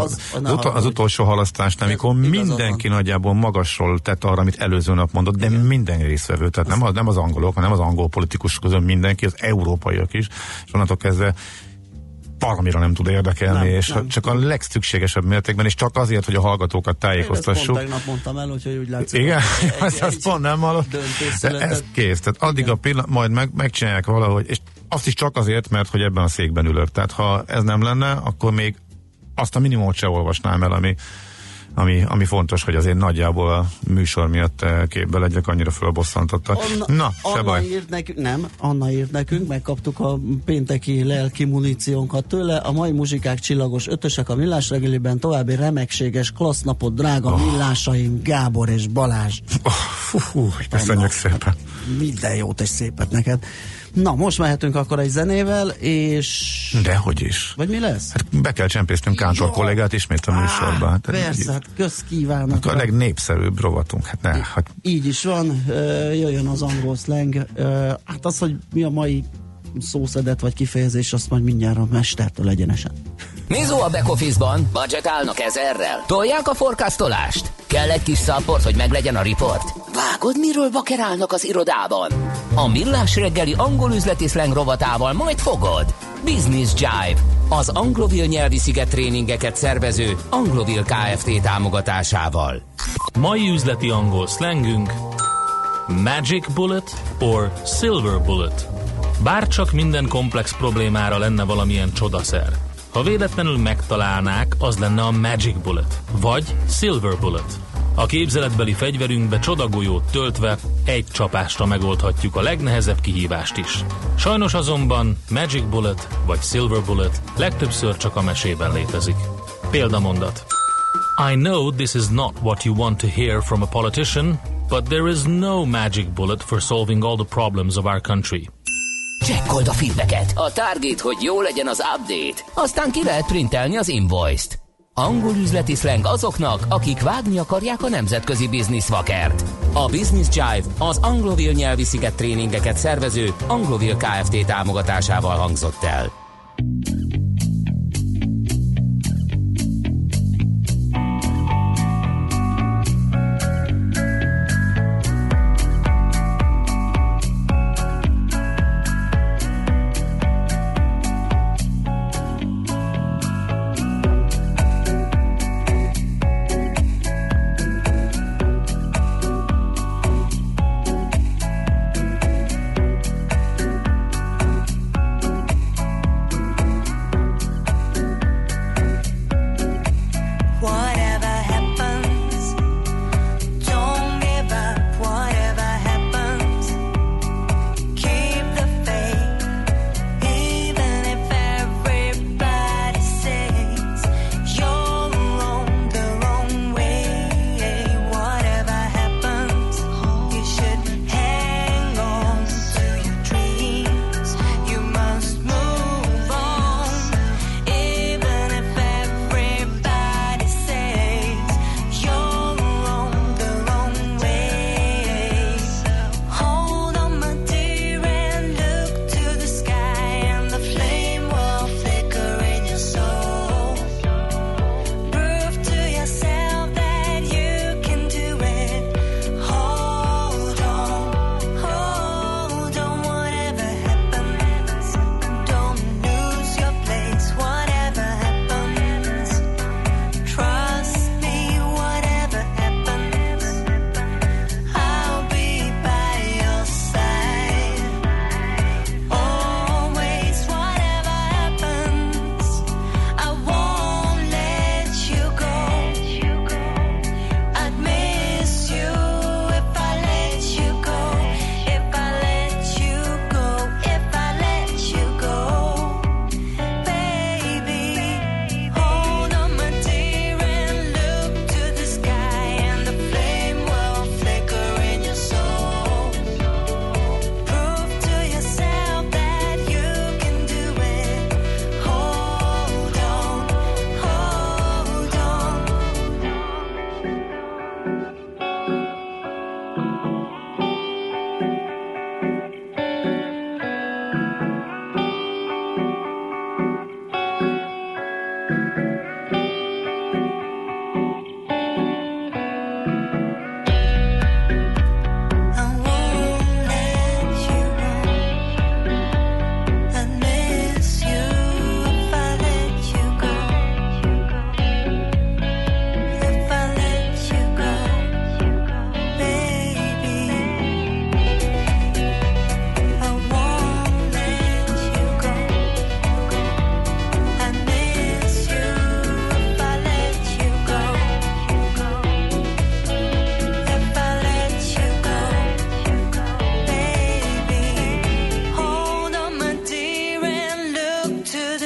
[SPEAKER 4] az utolsó halasztásnál, amikor mindenki nagyjából magasról tett arra, amit előző nap mondott, de minden résztvevő, tehát nem az angolok, hanem az angol politikus közön mindenki, az európaiak is, és onnantól kezdve valamira nem tud érdekelni, nem. Csak a legszükségesebb mértékben, és csak azért, hogy a hallgatókat tájékoztassuk.
[SPEAKER 3] Én ezt pont tegnap mondtam el, úgyhogy úgy látszik.
[SPEAKER 4] Igen? Ezt pont nem hallott. Ez kész. Tehát addig a pillanat, majd megcsinálják valahogy, és azt is csak azért, mert hogy ebben a székben ülök. Tehát ha ez nem lenne, akkor még azt a minimumot se olvasnám el, ami fontos, hogy azért nagyjából a műsor miatt képbe legyek, annyira fölbosszantotta.
[SPEAKER 3] Anna írt nekünk, megkaptuk a pénteki lelki muníciónkat tőle, a mai muzsikák csillagos ötösek a Millás reggeliben, további remegséges klassz napot, drága millásaim, Gábor és Balázs.
[SPEAKER 4] Köszönjük szépen.
[SPEAKER 3] Minden jót és szépet neked. Na, most mehetünk akkor egy zenével, és...
[SPEAKER 4] Dehogy is.
[SPEAKER 3] Vagy mi lesz?
[SPEAKER 4] Hát be kell csempésznünk Kántor kollégát ismét a műsorba. Hát,
[SPEAKER 3] persze, hát közkívánok.
[SPEAKER 4] A legnépszerűbb rovatunk.
[SPEAKER 3] Így is van, jöjjön az angol slang. Hát az, hogy mi a mai szószedet vagy kifejezés, azt majd mindjárt a mestertől egyenesen.
[SPEAKER 1] Mizo a back office-ban? Budgetálnak 1000-rel? Tolják a forecastolást? Kell egy kis support, hogy meglegyen a report? Vágod, miről vakerálnak az irodában? A Millás reggeli angol üzleti slang rovatával majd fogod. Business Jive, az Anglovil nyelvi sziget tréningeket szervező Anglovil Kft. Támogatásával.
[SPEAKER 10] Mai üzleti angol slangünk Magic Bullet or Silver Bullet. Bárcsak minden komplex problémára lenne valamilyen csodaszer. Ha véletlenül megtalálnák, az lenne a Magic Bullet, vagy Silver Bullet. A képzeletbeli fegyverünkbe csodagolyót töltve egy csapásra megoldhatjuk a legnehezebb kihívást is. Sajnos azonban Magic Bullet vagy Silver Bullet legtöbbször csak a mesében létezik. Példamondat. I know this is not what you want to hear from a politician, but there is no magic bullet for solving all the problems of our country.
[SPEAKER 1] Csekkold a feedbacket. A target, hogy jó legyen az update. Aztán ki lehet printelni az invoice-t. Angol üzleti slang azoknak, akik vágni akarják a nemzetközi bizniszvakert. A Business Jive az Anglovil nyelvi sziget tréningeket szervező Anglovil Kft. Támogatásával hangzott el.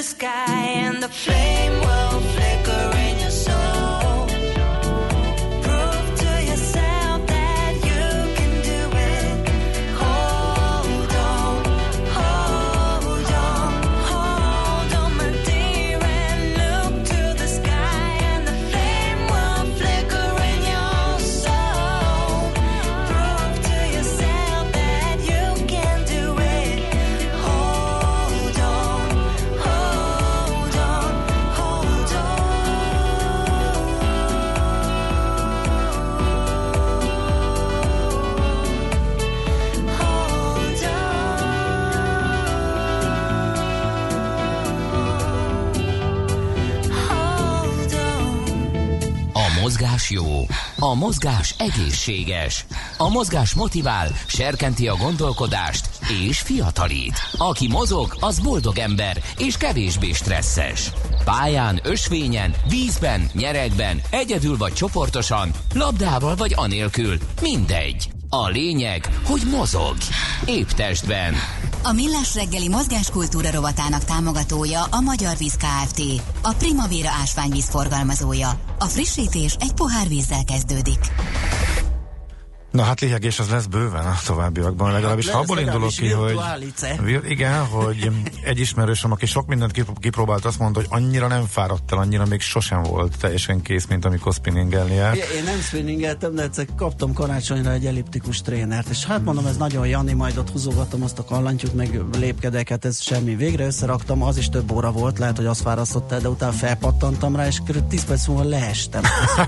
[SPEAKER 6] sky and the flame will flicker in your soul. Prove to yourself that you can do it. Hold on, hold on, hold on, my dear, and look to the sky and the flame will flicker in your soul. Prove to yourself that you can do it. Hold on, hold on, hold on. Hold on.
[SPEAKER 1] A mozgás jó, a mozgás egészséges, a mozgás motivál, serkenti a gondolkodást és fiatalít. Aki mozog, az boldog ember és kevésbé stresszes. Pályán, ösvényen, vízben, nyeregben, egyedül vagy csoportosan, labdával vagy anélkül, mindegy. A lényeg, hogy mozog. Épp testben.
[SPEAKER 2] A Millás reggeli mozgáskultúra rovatának támogatója a Magyar Víz Kft. A Primavera ásványvíz forgalmazója. A frissítés egy pohár vízzel kezdődik.
[SPEAKER 4] Na hát lihegés az lesz bőven a továbbiakban, legalábbis ha abból indulok ki, hogy igen, hogy egy ismerősöm, aki sok mindent kipróbált, azt mondta, hogy annyira nem fáradt el, annyira még sosem volt teljesen kész, mint amikor spinningelni járt.
[SPEAKER 3] Én nem spinningeltem, de egyszer kaptam karácsonyra egy elliptikus trénert, és hát mondom, ez nagyon Jani, majd ott húzogatom azt a kallantyút, meg lépkedek, hát ez semmi. Végre összeraktam, az is több óra volt, lehet, hogy az fárasztott el, de utána felpattantam rá, és kb. 10 perc múlva leestem.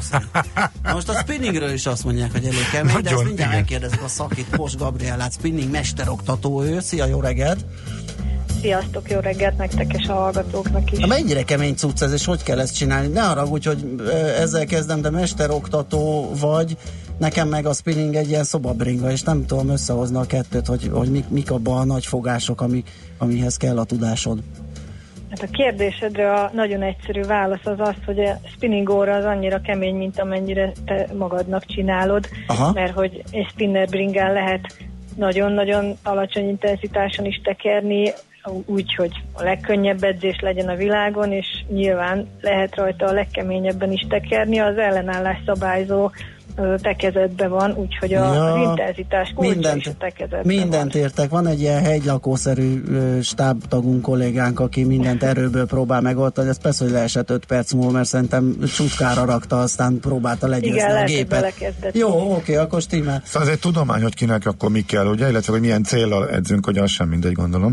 [SPEAKER 3] Na most a spinningről is azt mondják, hogy elég kemény, de ezt mindjárt megkérdezek a szakit, Pos Gabriellát, spinning mesteroktató ő. Szia, jó reggelt!
[SPEAKER 11] Sziasztok, jó reggelt nektek és a hallgatóknak is.
[SPEAKER 3] Na, mennyire kemény cucc ez, és hogy kell ezt csinálni? Ne haragudj, hogy ezzel kezdem, de mesteroktató vagy, nekem meg a spinning egy ilyen szobabringa, és nem tudom összehozni a kettőt, hogy mik abban a nagy fogások, amihez kell a tudásod.
[SPEAKER 11] Hát a kérdésedre a nagyon egyszerű válasz az az, hogy a spinning óra az annyira kemény, mint amennyire te magadnak csinálod. Aha. Mert hogy egy spinner bringán lehet nagyon-nagyon alacsony intenzitáson is tekerni, úgy, hogy a legkönnyebb edzés legyen a világon, és nyilván lehet rajta a legkeményebben is tekerni. Az ellenállás szabályzó te kezedben van, úgyhogy az intenzitás kulcsa is a te kezedben
[SPEAKER 3] mindent
[SPEAKER 11] van.
[SPEAKER 3] Értek. Van egy ilyen hegylakószerű stábtagunk kollégánk, aki mindent erőből próbál megoldani. Ez persze, hogy leesett 5 perc múlva, mert szerintem csutkára rakta, aztán próbálta legyőzni a gépet. Jó, oké, akkor stimmel.
[SPEAKER 4] Szóval ez egy tudomány, hogy kinek akkor mi kell, ugye? Illetve, hogy milyen céllal edzünk, hogy az sem mindegy, gondolom.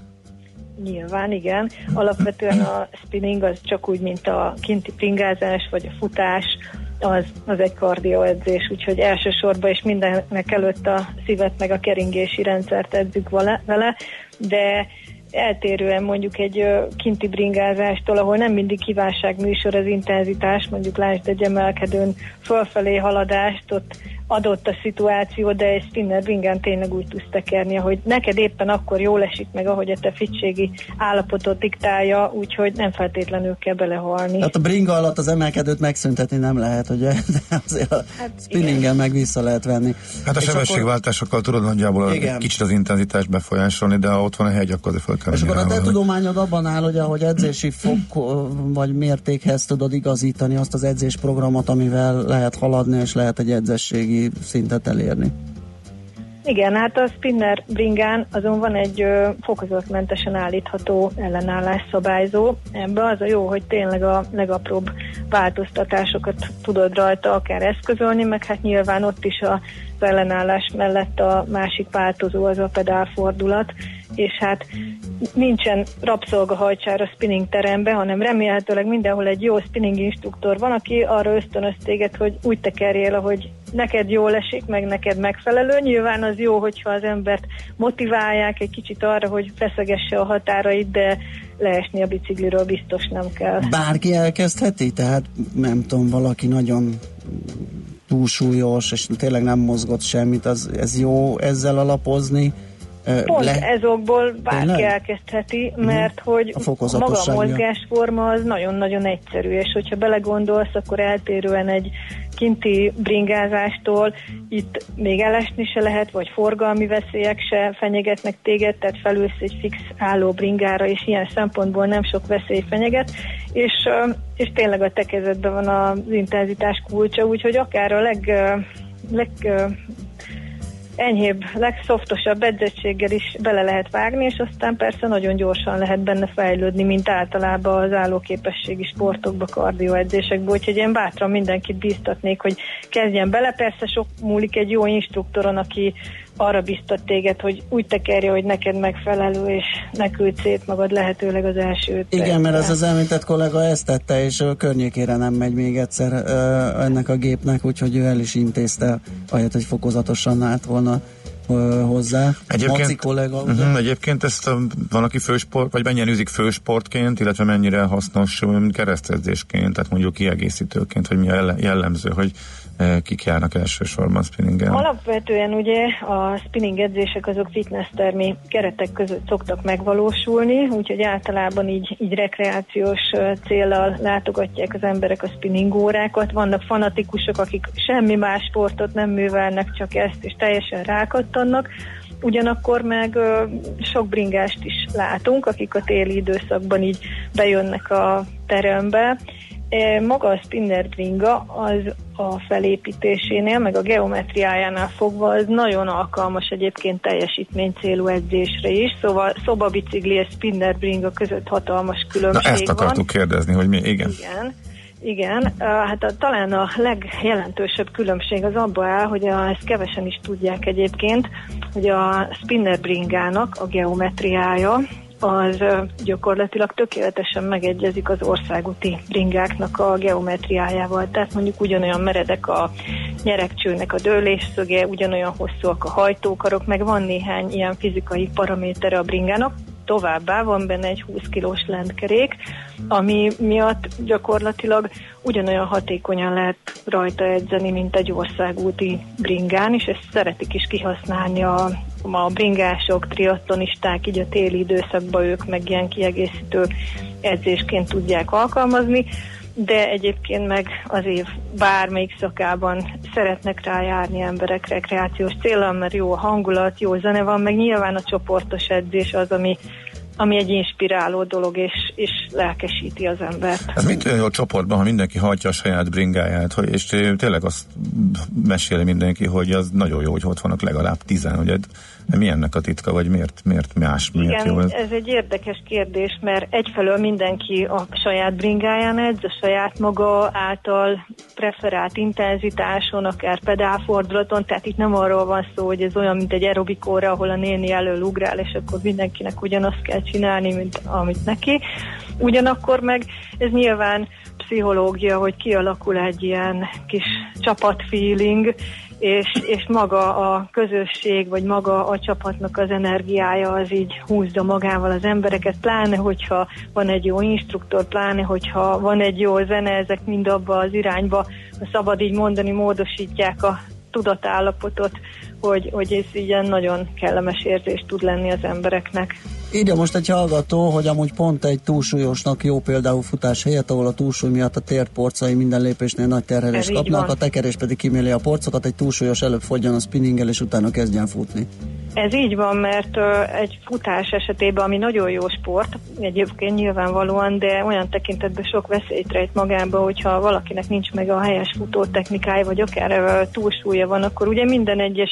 [SPEAKER 11] Nyilván, igen. Alapvetően a spinning az csak úgy, mint a kinti pingázás, vagy a futás, az egy kardioedzés, úgyhogy elsősorban és mindennek előtt a szívet meg a keringési rendszert edzük vele, de eltérően mondjuk egy kinti bringázástól, ahol nem mindig kívánságműsor az intenzitás, mondjuk lásd egy emelkedőn fölfelé haladást, ott adott a szituáció, de egy spinner bringán tényleg úgy tudsz tekerni, hogy neked éppen akkor jól esik meg, ahogy a te fittségi állapotot diktálja, úgyhogy nem feltétlenül kell belehalni.
[SPEAKER 3] Hát a bringa alatt az emelkedőt megszüntetni nem lehet, ugye? De azért a spinningen meg vissza lehet venni.
[SPEAKER 4] Hát a sebességváltásokkal tudod nagyjából kicsit az intenzitást befolyásolni, de ha ott van a hegy, akkor fel kell.
[SPEAKER 3] És akkor a te tudományod abban áll, hogy ahogy edzési fok vagy mértékhez tudod igazítani azt az edzésprogramot, amivel lehet haladni, és lehet egy edzességi szintet elérni.
[SPEAKER 11] Igen, hát a spinner bringán azon van egy fokozatmentesen állítható ellenállásszabályzó. Ebben az a jó, hogy tényleg a legapróbb változtatásokat tudod rajta akár eszközölni, meg hát nyilván ott is az ellenállás mellett a másik változó az a pedálfordulat, és hát nincsen rabszolgahajcsár a spinning teremben, hanem remélhetőleg mindenhol egy jó spinning instruktor van, aki arra ösztönöz téged, hogy úgy tekerjél, ahogy neked jól esik, meg neked megfelelő. Nyilván az jó, hogyha az embert motiválják egy kicsit arra, hogy feszegesse a határait, de leesni a bicikliről biztos nem kell.
[SPEAKER 3] Bárki elkezdheti? Tehát nem tudom, valaki nagyon túlsúlyos, és tényleg nem mozgott semmit, ez jó ezzel alapozni
[SPEAKER 11] Pont ezokból bárki elkezdheti, mert hogy maga a mozgásforma az nagyon-nagyon egyszerű, és hogyha belegondolsz, akkor eltérően egy kinti bringázástól itt még elesni se lehet, vagy forgalmi veszélyek se fenyegetnek téged, tehát felülsz egy fix álló bringára, és ilyen szempontból nem sok veszély fenyeget, és tényleg a te kezedben van az intenzitás kulcsa, úgyhogy akár a enyhébb, legszoftosabb edzettséggel is bele lehet vágni, és aztán persze nagyon gyorsan lehet benne fejlődni, mint általában az állóképességi sportokba, kardioedzésekbe, úgyhogy én bátran mindenkit bíztatnék, hogy kezdjen bele, persze sok múlik egy jó instruktoron, aki arra biztat téged, hogy úgy tekerje, hogy neked megfelelő, és ne küld szét magad lehetőleg az első
[SPEAKER 3] Igen, mert ez az említett kollega ezt tette, és a környékére nem megy még egyszer ennek a gépnek, úgyhogy ő el is intézte, ahelyett, hogy fokozatosan állt volna hozzá.
[SPEAKER 4] Egyébként ezt van, aki fősport, vagy mennyire űzik fősportként, illetve mennyire hasznos keresztedzésként, tehát mondjuk kiegészítőként, hogy mi jellemző, hogy kik járnak elsősorban spinningen?
[SPEAKER 11] Alapvetően ugye a spinning edzések azok fitnesstermi keretek között szoktak megvalósulni, úgyhogy általában így rekreációs céllal látogatják az emberek a spinning órákat. Vannak fanatikusok, akik semmi más sportot nem művelnek, csak ezt, és teljesen rákattannak. Ugyanakkor meg sok bringást is látunk, akik a téli időszakban így bejönnek a terembe. Maga a spinner bringa az a felépítésénél, meg a geometriájánál fogva az nagyon alkalmas egyébként teljesítménycélú edzésre is, szóval szobabicikli és spinner bringa között hatalmas különbség van.
[SPEAKER 4] Na ezt akartuk kérdezni, hogy mi?
[SPEAKER 11] Igen. Hát talán a legjelentősebb különbség az abban áll, hogy ezt kevesen is tudják egyébként, hogy a spinner bringának a geometriája az gyakorlatilag tökéletesen megegyezik az országúti bringáknak a geometriájával. Tehát mondjuk ugyanolyan meredek a nyeregcsőnek a dőlésszöge, ugyanolyan hosszúak a hajtókarok, meg van néhány ilyen fizikai paramétere a bringának. Továbbá van benne egy 20 kilós lendkerék, ami miatt gyakorlatilag ugyanolyan hatékonyan lehet rajta edzeni, mint egy országúti bringán, és ezt szeretik is kihasználni a bringások, triatlonisták, így a téli időszakban ők meg ilyen kiegészítő edzésként tudják alkalmazni, de egyébként meg az év bármelyik szakában szeretnek rájárni emberek rekreációs céllal, mert jó a hangulat, jó zene van, meg nyilván a csoportos edzés az, ami egy inspiráló dolog, és lelkesíti az embert.
[SPEAKER 4] Ez mit a csoportban, ha mindenki hajtja a saját bringáját, és tényleg azt meséli mindenki, hogy az nagyon jó, hogy ott vannak legalább 10, hogy mi ennek a titka, vagy miért jó ez?
[SPEAKER 11] Ez egy érdekes kérdés, mert egyfelől mindenki a saját bringáján edz, a saját maga által preferált intenzitáson, akár pedálfordulaton, tehát itt nem arról van szó, hogy ez olyan, mint egy aerobikóra, ahol a néni elől ugrál, és akkor mindenkinek ugyanazt kell csinálni, mint amit neki. Ugyanakkor meg ez nyilván pszichológia, hogy kialakul egy ilyen kis csapatfeeling, és maga a közösség, vagy maga a csapatnak az energiája az így húzza magával az embereket, pláne hogyha van egy jó instruktor, pláne hogyha van egy jó zene, ezek mind abba az irányba, ha szabad így mondani, módosítják a tudatállapotot, hogy ez ilyen nagyon kellemes érzés tud lenni az embereknek.
[SPEAKER 3] Írja most egy hallgató, hogy amúgy pont egy túlsúlyosnak jó például futás helyett, ahol a túlsúly miatt a térporcai minden lépésnél nagy terhelést kapnak, a tekerés pedig kiméli a porcokat, egy túlsúlyos előbb fogjon a spinninggel, és utána kezdjen futni.
[SPEAKER 11] Ez így van, mert egy futás esetében, ami nagyon jó sport, egyébként nyilvánvalóan, de olyan tekintetben sok veszélyt rejt magába, hogyha valakinek nincs meg a helyes futótechnikája, vagy akár túlsúlya van, akkor ugye minden egyes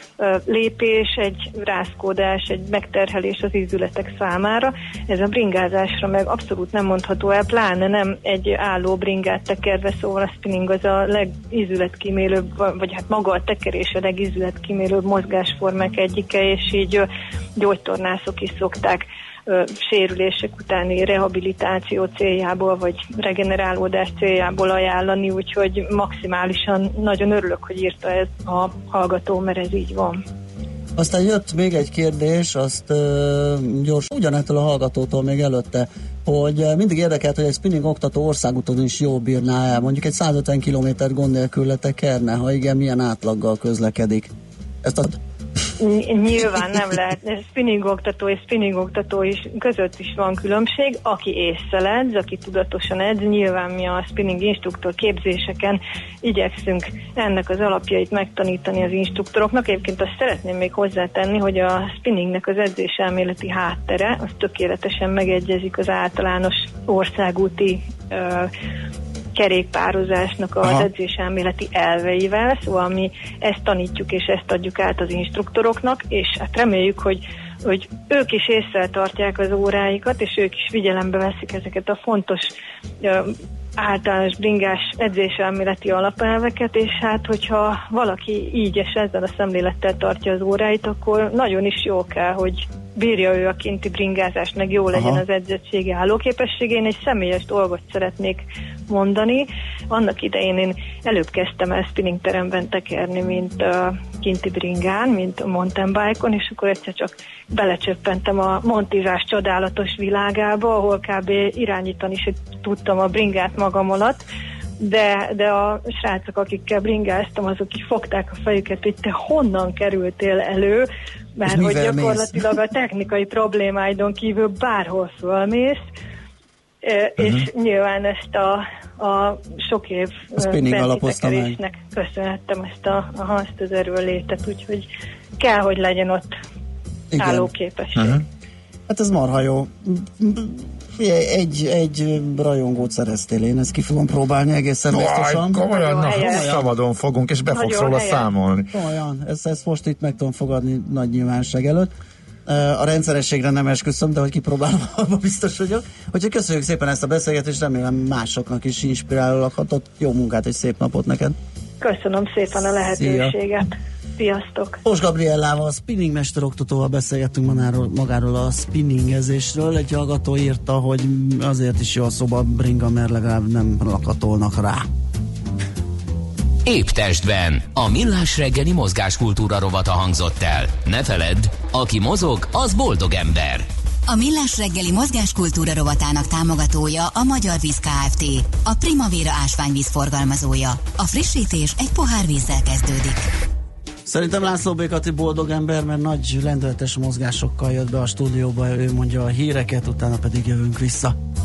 [SPEAKER 11] lépés, egy rázkódás, egy megterhelés az ízületek számára. Ez a bringázásra meg abszolút nem mondható el, pláne nem egy álló bringát tekerve, szóval a spinning az a legízületkímélőbb, vagy hát maga a tekerés a legízületkímélőbb mozgásformák egyike, és így gyógytornászok is szokták sérülések utáni rehabilitáció céljából, vagy regenerálódás céljából ajánlani, úgyhogy maximálisan nagyon örülök, hogy írta ez a hallgató, mert ez így van.
[SPEAKER 3] Aztán jött még egy kérdés, azt gyors, ugyanettől a hallgatótól még előtte, hogy mindig érdekelt, hogy egy spinning oktató országúton is jól bírná el, mondjuk egy 150 km gond nélkül letekerne, ha igen, milyen átlaggal közlekedik. Ezt
[SPEAKER 11] Nyilván nem lehet. Spinning oktató és spinning oktató is között is van különbség. Aki észreledz, aki tudatosan edz, nyilván mi a spinning instruktor képzéseken igyekszünk ennek az alapjait megtanítani az instruktoroknak. Egyébként azt szeretném még hozzátenni, hogy a spinningnek az edzéselméleti háttere, az tökéletesen megegyezik az általános országúti kerékpározásnak az edzéselméleti elveivel, szóval mi ezt tanítjuk és ezt adjuk át az instruktoroknak, és hát reméljük, hogy ők is észre tartják az óráikat, és ők is figyelembe veszik ezeket a fontos általános bringás edzéselméleti alapelveket, és hát hogyha valaki így és ezzel a szemlélettel tartja az óráit, akkor nagyon is jó kell, hogy bírja ő a kinti bringázást, meg jó legyen az edzettsége, állóképességén. Egy személyes dolgot szeretnék mondani. Annak idején én előbb kezdtem el spinningteremben tekerni, mint kinti bringán, mint a mountain bike-on, és akkor egyszer csak belecsöppentem a montizás csodálatos világába, ahol kb. Irányítani se tudtam a bringát magam alatt, de a srácok, akikkel bringáztam, azok így fogták a fejüket, hogy te honnan kerültél elő, mert hogy gyakorlatilag a technikai problémáidon kívül bárhol fölmész, és nyilván ezt a sok év bentitekerésnek köszönhettem ezt az erőlétet, úgyhogy kell, hogy legyen ott állóképesség.
[SPEAKER 3] Hát ez marha jó. Egy rajongót szereztél, én ezt ki fogom próbálni egészen biztosan.
[SPEAKER 4] Komolyan, szabadon fogunk, és be fogsz róla számolni.
[SPEAKER 3] Komolyan, ezt most itt meg tudom fogadni nagy nyilvánosság előtt. A rendszerességre nem esküszöm, de hogy kipróbálom, abban biztos vagyok. Úgyhogy köszönjük szépen ezt a beszélgetést, remélem másoknak is inspirálólag hatott. Jó munkát, egy szép napot neked!
[SPEAKER 11] Köszönöm szépen a lehetőséget! Sziasztok!
[SPEAKER 3] Pós Gabriellával, spinning mesteroktatóval beszélgettünk magáról a spinningezésről. Egy hallgató írta, hogy azért is jó a szoba bringa, mert legalább nem lakatolnak rá.
[SPEAKER 1] Épp testben a Millás reggeli mozgáskultúra rovata hangzott el. Ne feledd, aki mozog, az boldog ember.
[SPEAKER 2] A Millás reggeli mozgáskultúra rovatának támogatója a Magyar Víz Kft. A Primavera ásványvíz forgalmazója. A frissítés egy pohár vízzel kezdődik.
[SPEAKER 3] Szerintem László B. Kati boldog ember, mert nagy lendületes mozgásokkal jött be a stúdióba, ő mondja a híreket, utána pedig jövünk vissza.